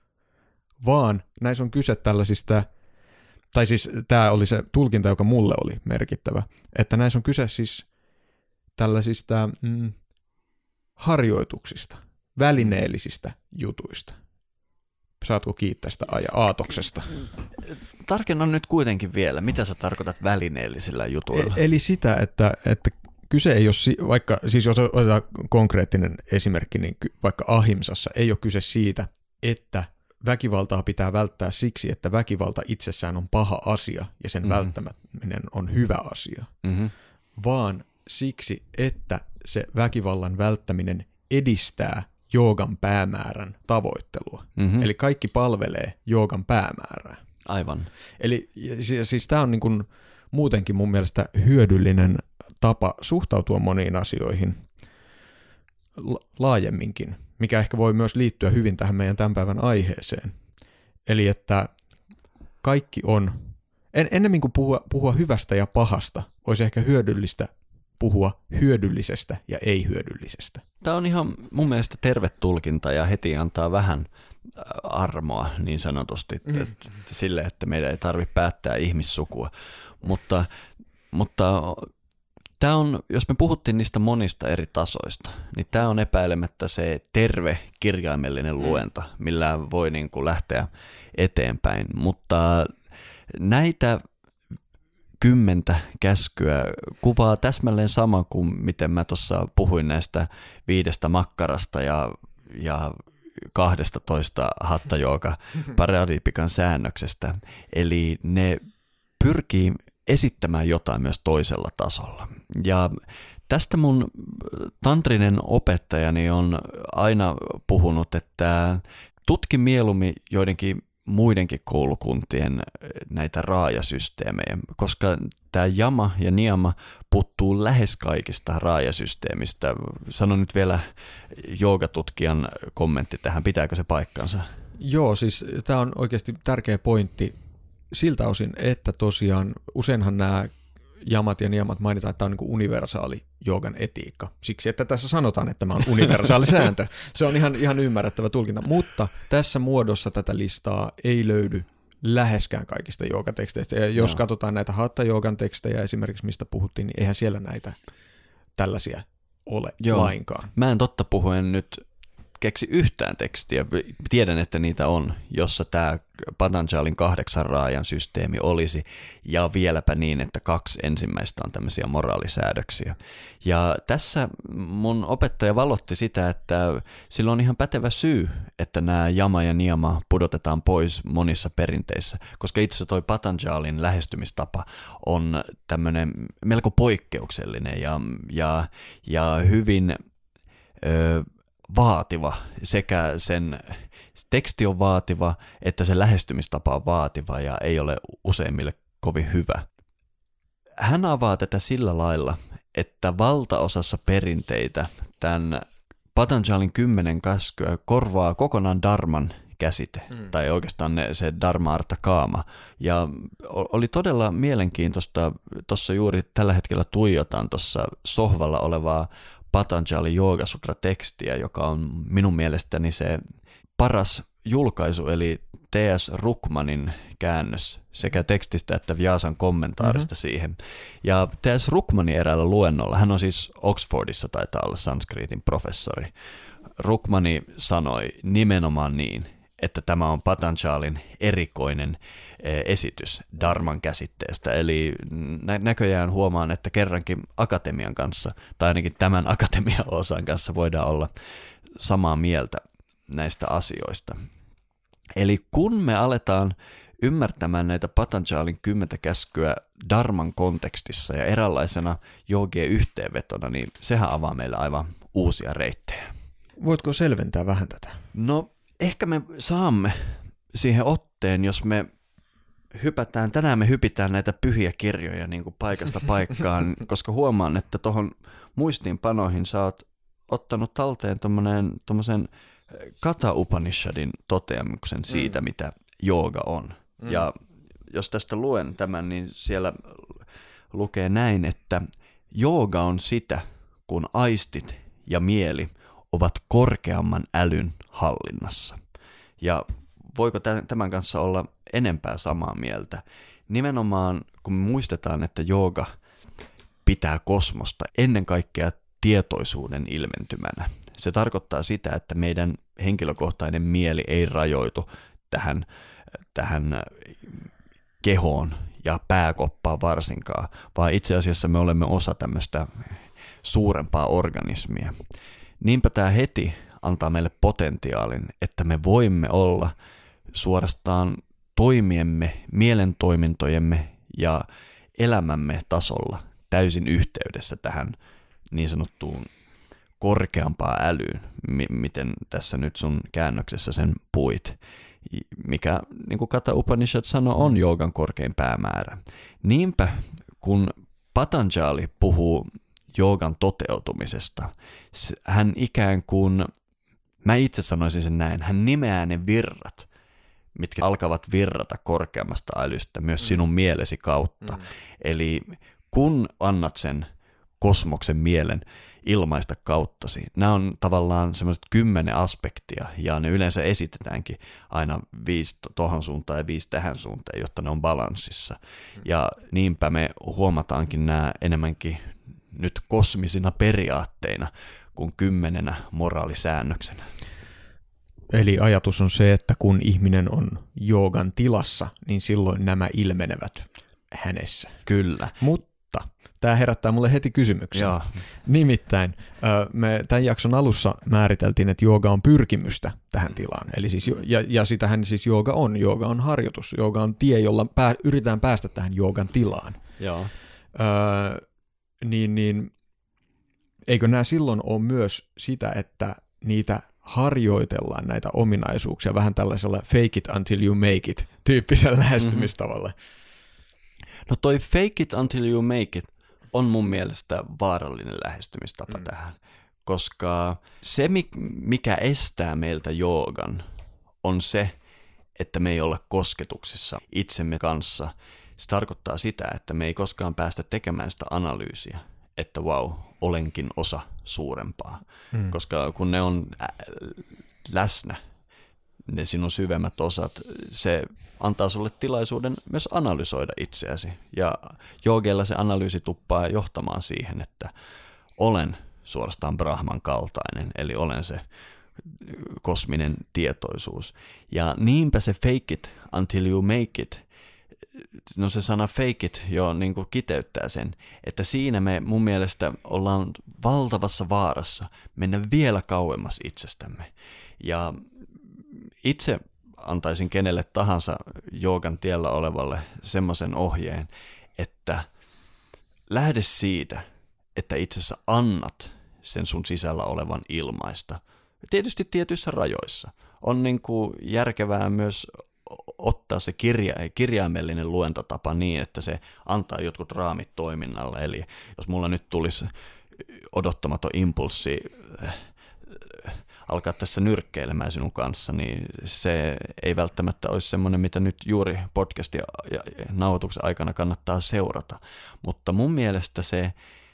Vaan näissä on kyse tällaisista, tai siis tämä oli se tulkinta, joka mulle oli merkittävä, että näissä on kyse siis tällaisista mm, harjoituksista, välineellisistä jutuista. Saatko kiittää sitä aatoksesta? Tarkennan nyt kuitenkin vielä, mitä sä tarkoitat välineellisillä jutuilla? E- eli sitä, että, että kyse ei ole, vaikka, siis jos otetaan konkreettinen esimerkki, niin vaikka ahimsassa ei ole kyse siitä, että väkivaltaa pitää välttää siksi, että väkivalta itsessään on paha asia ja sen mm-hmm. välttäminen on hyvä asia, mm-hmm. vaan siksi, että se väkivallan välttäminen edistää joogan päämäärän tavoittelua. Mm-hmm. Eli kaikki palvelee joogan päämäärää. Aivan. Eli siis, siis tämä on niin kuin muutenkin mun mielestä hyödyllinen tapa suhtautua moniin asioihin la- laajemminkin, mikä ehkä voi myös liittyä hyvin tähän meidän tämän päivän aiheeseen. Eli että kaikki on, en, ennemmin kuin puhua, puhua hyvästä ja pahasta, olisi ehkä hyödyllistä puhua hyödyllisestä ja ei-hyödyllisestä. Tämä on ihan mun mielestä terve tulkinta ja heti antaa vähän armoa niin sanotusti mm. sille, että meidän ei tarvitse päättää ihmissukua. Mutta, mutta tämä on, jos me puhuttiin niistä monista eri tasoista, niin tämä on epäilemättä se terve kirjaimellinen luenta, millä voi niin kuin lähteä eteenpäin. Mutta näitä kymmentä käskyä kuvaa täsmälleen sama kuin miten mä tuossa puhuin näistä viidestä makkarasta ja, ja kahdesta toista hattajooga paradipikan säännöksestä. Eli ne pyrkii esittämään jotain myös toisella tasolla. Ja tästä mun tantrinen opettajani on aina puhunut, että tutki mieluummin joidenkin muidenkin koulukuntien näitä raajasysteemejä, koska tämä jama ja niyama puuttuu lähes kaikista raajasysteemistä. Sano nyt vielä joogatutkijan kommentti tähän, pitääkö se paikkansa? Joo, siis tämä on oikeasti tärkeä pointti siltä osin, että tosiaan useinhan nämä jamat ja niyamat mainitaan, että tämä on niin kuin universaali joogan etiikka. Siksi, että tässä sanotaan, että tämä on universaali sääntö. Se on ihan, ihan ymmärrettävä tulkinta, mutta tässä muodossa tätä listaa ei löydy läheskään kaikista joogateksteistä. Ja jos no. katsotaan näitä hatha-joogan tekstejä esimerkiksi, mistä puhuttiin, niin eihän siellä näitä tällaisia ole Joo. lainkaan. Mä en totta puhuen nyt keksi yhtään tekstiä, tiedän, että niitä on, jossa tämä Patanjalin kahdeksan raajan systeemi olisi, ja vieläpä niin, että kaksi ensimmäistä on tämmöisiä moraalisäädöksiä. Ja tässä mun opettaja valotti sitä, että sillä on ihan pätevä syy, että nämä jama ja niyama pudotetaan pois monissa perinteissä, koska itse toi Patanjalin lähestymistapa on tämmöinen melko poikkeuksellinen ja, ja, ja hyvin Öö, vaativa, sekä sen teksti on vaativa, että se lähestymistapa on vaativa ja ei ole useimmille kovin hyvä. Hän avaa tätä sillä lailla, että valtaosassa perinteitä tämän Patanjalin kymmenen käskyä korvaa kokonaan dharman käsite, mm. tai oikeastaan ne, se Dharma Artha Kama. Ja oli todella mielenkiintoista, tuossa juuri tällä hetkellä tuijotan tuossa sohvalla olevaa Patanjali Yoogasutra-tekstiä, joka on minun mielestäni se paras julkaisu, eli T S. Rukmanin käännös sekä tekstistä että Vyasan kommentaarista mm-hmm. siihen. Ja T S. Rukmanin eräällä luennolla, hän on siis Oxfordissa, taitaa olla sanskritin professori, Rukmani sanoi nimenomaan niin, että tämä on Patanjalin erikoinen esitys Dharman käsitteestä. Eli nä- näköjään huomaan, että kerrankin akatemian kanssa, tai ainakin tämän akatemian osan kanssa voidaan olla samaa mieltä näistä asioista. Eli kun me aletaan ymmärtämään näitä Patanjalin kymmentä käskyä Dharman kontekstissa ja eräänlaisena joogien yhteenvetona, niin sehän avaa meille aivan uusia reittejä. Voitko selventää vähän tätä? No, ehkä me saamme siihen otteen, jos me hypätään, tänään me hypitään näitä pyhiä kirjoja niin kuin paikasta paikkaan, koska huomaan, että tuohon muistiinpanoihin sä oot ottanut talteen tommosen Katha Upanishadin toteamuksen siitä, mm. mitä jooga on. Mm. Ja jos tästä luen tämän, niin siellä lukee näin, että jooga on sitä, kun aistit ja mieli ovat korkeamman älyn hallinnassa. Ja voiko tämän kanssa olla enempää samaa mieltä? Nimenomaan, kun me muistetaan, että jooga pitää kosmosta ennen kaikkea tietoisuuden ilmentymänä. Se tarkoittaa sitä, että meidän henkilökohtainen mieli ei rajoitu tähän, tähän kehoon ja pääkoppaan varsinkaan, vaan itse asiassa me olemme osa tämmöistä suurempaa organismia. Niinpä tämä heti antaa meille potentiaalin, että me voimme olla suorastaan toimiemme, mielentoimintojemme ja elämämme tasolla täysin yhteydessä tähän niin sanottuun korkeampaan älyyn, m- miten tässä nyt sun käännöksessä sen puit, mikä, niin kuin Katha Upanishad sanoi, on joogan korkein päämäärä. Niinpä, kun Patanjali puhuu joogan toteutumisesta, hän ikään kuin, mä itse sanoisin sen näin, hän nimeää ne virrat, mitkä alkavat virrata korkeammasta älystä myös sinun mm. mielesi kautta. Mm. Eli kun annat sen kosmoksen mielen ilmaista kauttasi, nämä on tavallaan semmoiset kymmenen aspektia, ja ne yleensä esitetäänkin aina viisi tohon suuntaan ja viisi tähän suuntaan, jotta ne on balanssissa. Mm. Ja niinpä me huomataankin nämä enemmänkin nyt kosmisina periaatteina kuin kymmenenä moraalisäännöksenä. Eli ajatus on se, että kun ihminen on joogan tilassa, niin silloin nämä ilmenevät hänessä. Kyllä. Mutta tämä herättää mulle heti kysymyksen. Joo. Nimittäin me tämän jakson alussa määriteltiin, että jooga on pyrkimystä tähän tilaan. Eli siis, ja, ja sitähän siis jooga on. Jooga on harjoitus. Jooga on tie, jolla pää, yritetään päästä tähän joogan tilaan. Joo. Öö, niin, niin eikö nämä silloin ole myös sitä, että niitä harjoitellaan näitä ominaisuuksia vähän tällaisella fake it until you make it -tyyppisellä lähestymistavalla? Mm-hmm. No toi fake it until you make it on mun mielestä vaarallinen lähestymistapa mm. tähän, koska se, mikä estää meiltä joogan, on se, että me ei olla kosketuksissa itsemme kanssa. Se tarkoittaa sitä, että me ei koskaan päästä tekemään sitä analyysiä, että wow, olenkin osa suurempaa. Mm. Koska kun ne on läsnä, ne sinun syvemmät osat, se antaa sulle tilaisuuden myös analysoida itseäsi. Ja joogeilla se analyysi tuppaa johtamaan siihen, että olen suorastaan Brahman kaltainen, eli olen se kosminen tietoisuus. Ja niinpä se fake it until you make it, no se sana fake it jo niin kuin kiteyttää sen, että siinä me mun mielestä ollaan valtavassa vaarassa mennä vielä kauemmas itsestämme. Ja itse antaisin kenelle tahansa joogan tiellä olevalle semmoisen ohjeen, että lähde siitä, että itse asiassa annat sen sun sisällä olevan ilmaista. Tietysti tietyissä rajoissa. On niin kuin järkevää myös ottaa se kirja, kirjaimellinen luentotapa niin, että se antaa jotkut raamit toiminnalle. Eli jos mulla nyt tulisi odottamaton impulssi alkaa tässä nyrkkeilemään sinun kanssa, niin se ei välttämättä olisi semmoinen, mitä nyt juuri podcastin ja nauhoituksen aikana kannattaa seurata. Mutta mun mielestä se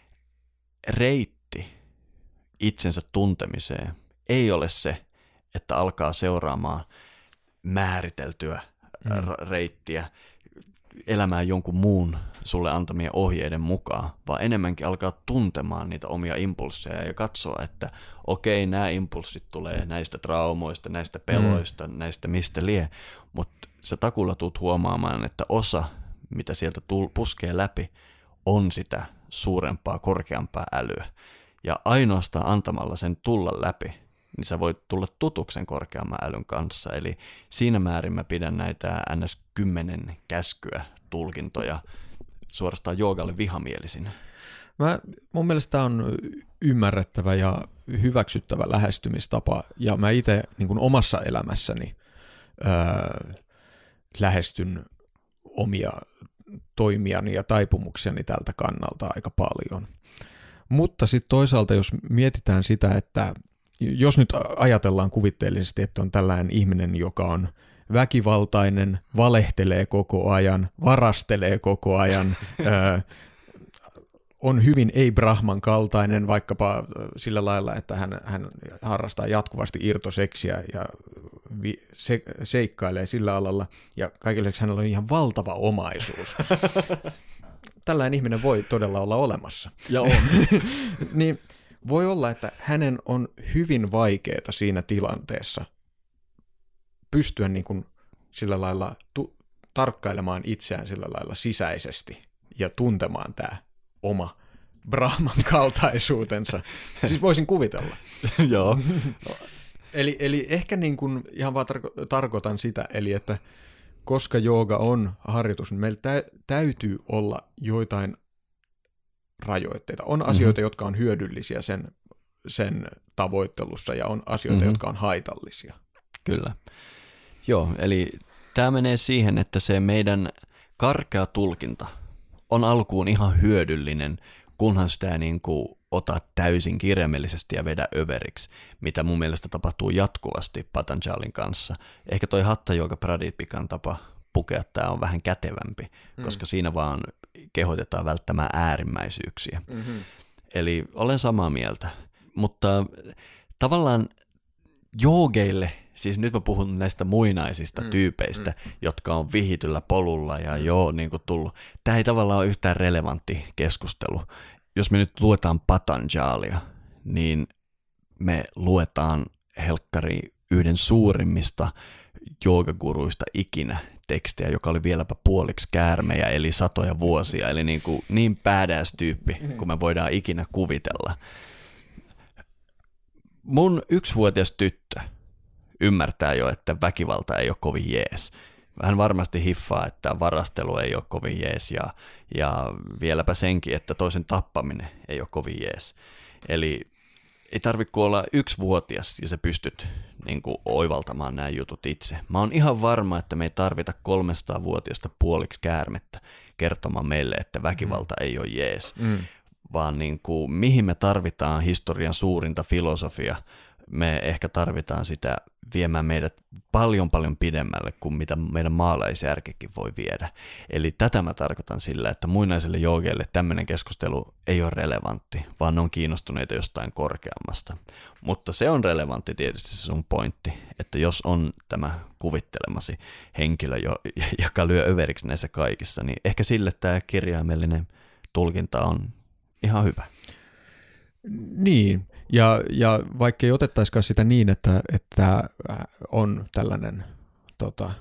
reitti itsensä tuntemiseen ei ole se, että alkaa seuraamaan määriteltyä mm. reittiä, elämään jonkun muun sulle antamien ohjeiden mukaan, vaan enemmänkin alkaa tuntemaan niitä omia impulsseja ja katsoa, että okei, nämä impulssit tulee näistä traumoista, näistä peloista, mm. näistä mistä lie, mutta sä takulla tuut huomaamaan, että osa, mitä sieltä puskee läpi, on sitä suurempaa, korkeampaa älyä. Ja ainoastaan antamalla sen tulla läpi, niin sä voit tulla tutuksen korkeamman älyn kanssa. Eli siinä määrin mä pidän näitä N S kymmenen käskyä, tulkintoja suorastaan joogalle vihamielisinä. Mä, mun mielestä tämä on ymmärrettävä ja hyväksyttävä lähestymistapa, ja mä itse niin kuin omassa elämässäni öö, lähestyn omia toimiani ja taipumuksiani tältä kannalta aika paljon. Mutta sitten toisaalta, jos mietitään sitä, että jos nyt ajatellaan kuvitteellisesti, että on tällainen ihminen, joka on väkivaltainen, valehtelee koko ajan, varastelee koko ajan, öö, on hyvin ei-brahman kaltainen, vaikkapa sillä lailla, että hän, hän harrastaa jatkuvasti irtoseksiä ja vi, se, seikkailee sillä alalla, ja kaiken lisäksi hänellä on ihan valtava omaisuus. Tällainen ihminen voi todella olla olemassa. Ja on. Niin voi olla, että hänen on hyvin vaikeaa siinä tilanteessa pystyä niin kuin sillä lailla tu- tarkkailemaan itseään sillä lailla sisäisesti ja tuntemaan tämä oma brahman kaltaisuutensa. Siis voisin kuvitella. Joo. eli, eli ehkä niin kuin ihan vaan tarko- tarkoitan sitä, eli että koska jooga on harjoitus, niin meillä tä- täytyy olla joitain rajoitteita. On asioita, mm-hmm. jotka on hyödyllisiä sen, sen tavoittelussa, ja on asioita, mm-hmm. jotka on haitallisia. Kyllä. Joo, eli tämä menee siihen, että se meidän karkea tulkinta on alkuun ihan hyödyllinen, kunhan sitä niin kuin ota täysin kirjaimellisesti ja vedä överiksi, mitä mun mielestä tapahtuu jatkuvasti Patanjalin kanssa. Ehkä toi Hatha Yoga Pradipikan tapa pukea tämä on vähän kätevämpi, mm. koska siinä vaan kehotetaan välttämään äärimmäisyyksiä. Mm-hmm. Eli olen samaa mieltä, mutta tavallaan joogeille, siis nyt mä puhun näistä muinaisista mm. tyypeistä, mm. jotka on vihityllä polulla ja mm. joo, niin kuin tullut. Tämä ei tavallaan ole yhtään relevantti keskustelu. Jos me nyt luetaan Patanjalia, niin me luetaan helkkari yhden suurimmista joogaguruista ikinä tekstiä, joka oli vieläpä puoliksi käärmejä, eli satoja vuosia, eli niin, kuin, niin badass tyyppi, kun me voidaan ikinä kuvitella. Mun yksivuotias tyttö ymmärtää jo, että väkivalta ei ole kovin jees. Hän varmasti hiffaa, että varastelu ei ole kovin jees ja, ja vieläpä senkin, että toisen tappaminen ei ole kovin jees. Eli ei tarvitse olla yksivuotias ja sä pystyt niin kuin oivaltamaan nämä jutut itse. Mä oon ihan varma, että me ei tarvita kolmesataavuotiasta puoliksi käärmettä kertomaan meille, että väkivalta ei ole jees. Mm. Vaan niin kuin, mihin me tarvitaan historian suurinta filosofia, me ehkä tarvitaan sitä viemään meidät paljon paljon pidemmälle kuin mitä meidän maalaisjärkikin voi viedä. Eli tätä mä tarkoitan sillä, että muinaiselle joogeille tämmöinen keskustelu ei ole relevantti, vaan ne on kiinnostuneita jostain korkeammasta. Mutta se on relevantti tietysti se sun pointti, että jos on tämä kuvittelemasi henkilö, joka lyö överiksi näissä kaikissa, niin ehkä sille tämä kirjaimellinen tulkinta on ihan hyvä. Niin, ja, ja vaikka ei otettaisikaan sitä niin, että, että on tällainen tota,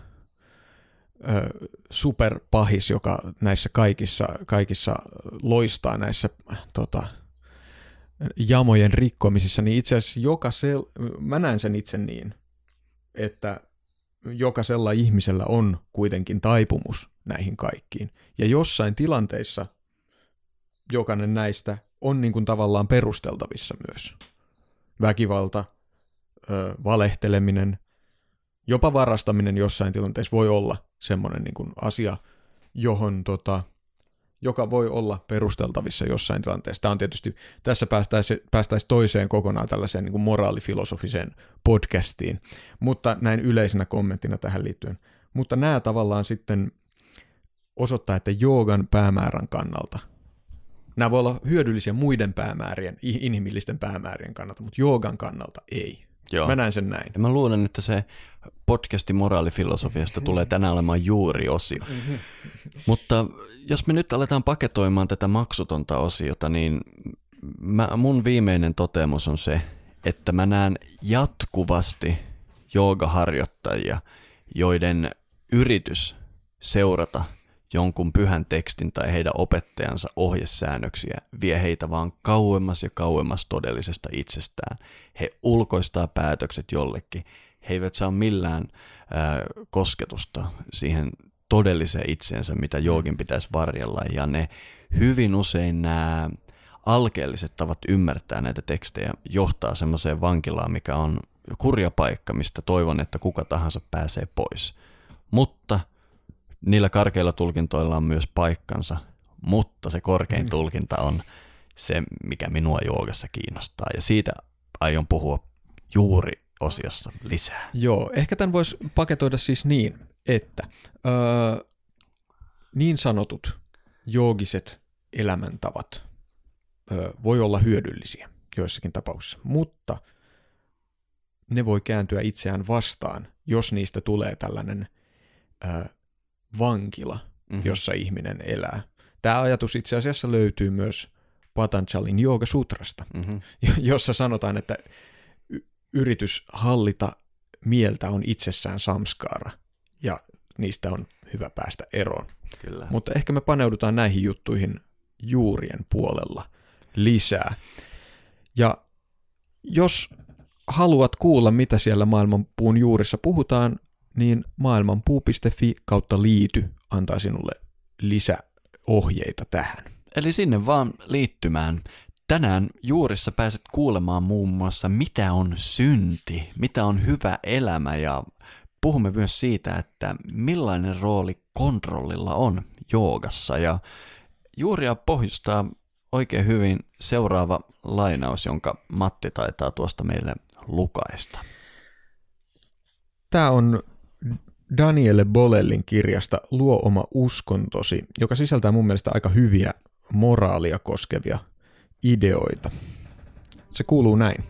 superpahis, joka näissä kaikissa, kaikissa loistaa näissä tota, jamojen rikkomisissa, niin itse asiassa jokaisella, mä näen sen itse niin, että jokaisella ihmisellä on kuitenkin taipumus näihin kaikkiin. Ja jossain tilanteissa jokainen näistä on niin kuin tavallaan perusteltavissa myös. Väkivalta, ö, valehteleminen, jopa varastaminen jossain tilanteessa voi olla semmoinen niin kuin asia, johon tota, joka voi olla perusteltavissa jossain tilanteessa. Tämä on tietysti, tässä päästäisiin päästäisi toiseen kokonaan tällaiseen niin kuin moraalifilosofiseen podcastiin, mutta näin yleisenä kommenttina tähän liittyen. Mutta nämä tavallaan sitten osoittaa, että joogan päämäärän kannalta, nämä voi olla hyödyllisiä muiden päämäärien, inhimillisten päämäärien kannalta, mutta joogan kannalta ei. Joo. Mä näen sen näin. Ja mä luulen, että se podcasti moraalifilosofiasta tulee tänään olemaan juuri osio. Mutta jos me nyt aletaan paketoimaan tätä maksutonta osiota, niin mä, mun viimeinen toteamus on se, että mä näen jatkuvasti joogaharjoittajia, joiden yritys seurata jonkun pyhän tekstin tai heidän opettajansa ohjesäännöksiä vie heitä vaan kauemmas ja kauemmas todellisesta itsestään. He ulkoistaa päätökset jollekin. He eivät saa millään ää, kosketusta siihen todelliseen itseensä, mitä joogin pitäisi varjella. Ja ne hyvin usein nämä alkeelliset tavat ymmärtää näitä tekstejä johtaa semmoiseen vankilaan, mikä on kurja paikka, mistä toivon, että kuka tahansa pääsee pois. Mutta niillä karkeilla tulkintoilla on myös paikkansa, mutta se korkein tulkinta on se, mikä minua joogassa kiinnostaa. Ja siitä aion puhua juuri osiossa lisää. Joo, ehkä tämän voisi paketoida siis niin, että öö, niin sanotut joogiset elämäntavat öö, voi olla hyödyllisiä joissakin tapauksissa, mutta ne voi kääntyä itseään vastaan, jos niistä tulee tällainen öö, vankila, mm-hmm. jossa ihminen elää. Tämä ajatus itse asiassa löytyy myös Patanjalin Jooga-sutrasta, mm-hmm. jossa sanotaan, että y- yritys hallita mieltä on itsessään samskaara, ja niistä on hyvä päästä eroon. Kyllä. Mutta ehkä me paneudutaan näihin juttuihin juurien puolella lisää. Ja jos haluat kuulla, mitä siellä maailmanpuun juurissa puhutaan, niin maailmanpuu piste fi kautta liity antaa sinulle lisäohjeita tähän. Eli sinne vaan liittymään. Tänään juurissa pääset kuulemaan muun muassa, mitä on synti, mitä on hyvä elämä, ja puhumme myös siitä, että millainen rooli kontrollilla on joogassa. Ja juuria pohjustaa oikein hyvin seuraava lainaus, jonka Matti taitaa tuosta meille lukaista. Tämä on Daniele Bolellin kirjasta Luo oma uskontosi, joka sisältää mun mielestä aika hyviä moraalia koskevia ideoita. Se kuuluu näin.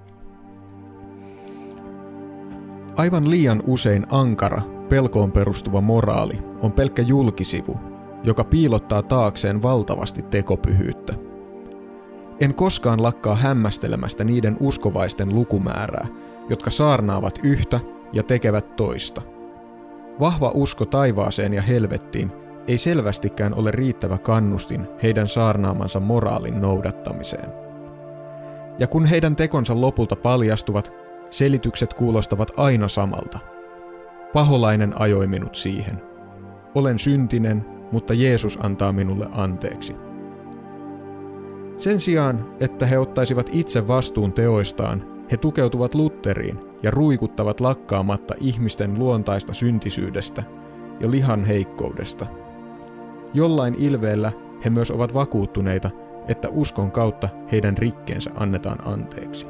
Aivan liian usein ankara, pelkoon perustuva moraali on pelkkä julkisivu, joka piilottaa taakseen valtavasti tekopyhyyttä. En koskaan lakkaa hämmästelemästä niiden uskovaisten lukumäärää, jotka saarnaavat yhtä ja tekevät toista. Vahva usko taivaaseen ja helvettiin ei selvästikään ole riittävä kannustin heidän saarnaamansa moraalin noudattamiseen. Ja kun heidän tekonsa lopulta paljastuvat, selitykset kuulostavat aina samalta. Paholainen ajoi minut siihen. Olen syntinen, mutta Jeesus antaa minulle anteeksi. Sen sijaan, että he ottaisivat itse vastuun teoistaan, he tukeutuvat Lutteriin ja ruikuttavat lakkaamatta ihmisten luontaista syntisyydestä ja lihan heikkoudesta. Jollain ilveellä he myös ovat vakuuttuneita, että uskon kautta heidän rikkeensä annetaan anteeksi.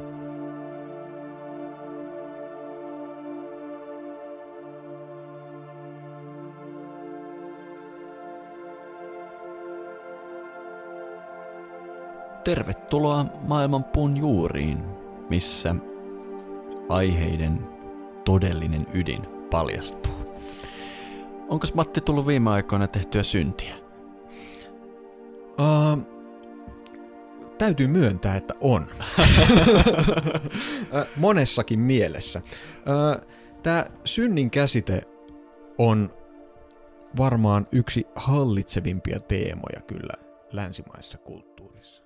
Tervetuloa maailmanpuun juuriin, missä aiheiden todellinen ydin paljastuu. Onko Matti tullut viime aikoina tehtyä syntiä? Uh, täytyy myöntää, että on. Monessakin mielessä. Uh, Tämä synnin käsite on varmaan yksi hallitsevimpia teemoja kyllä länsimaisessa kulttuurissa.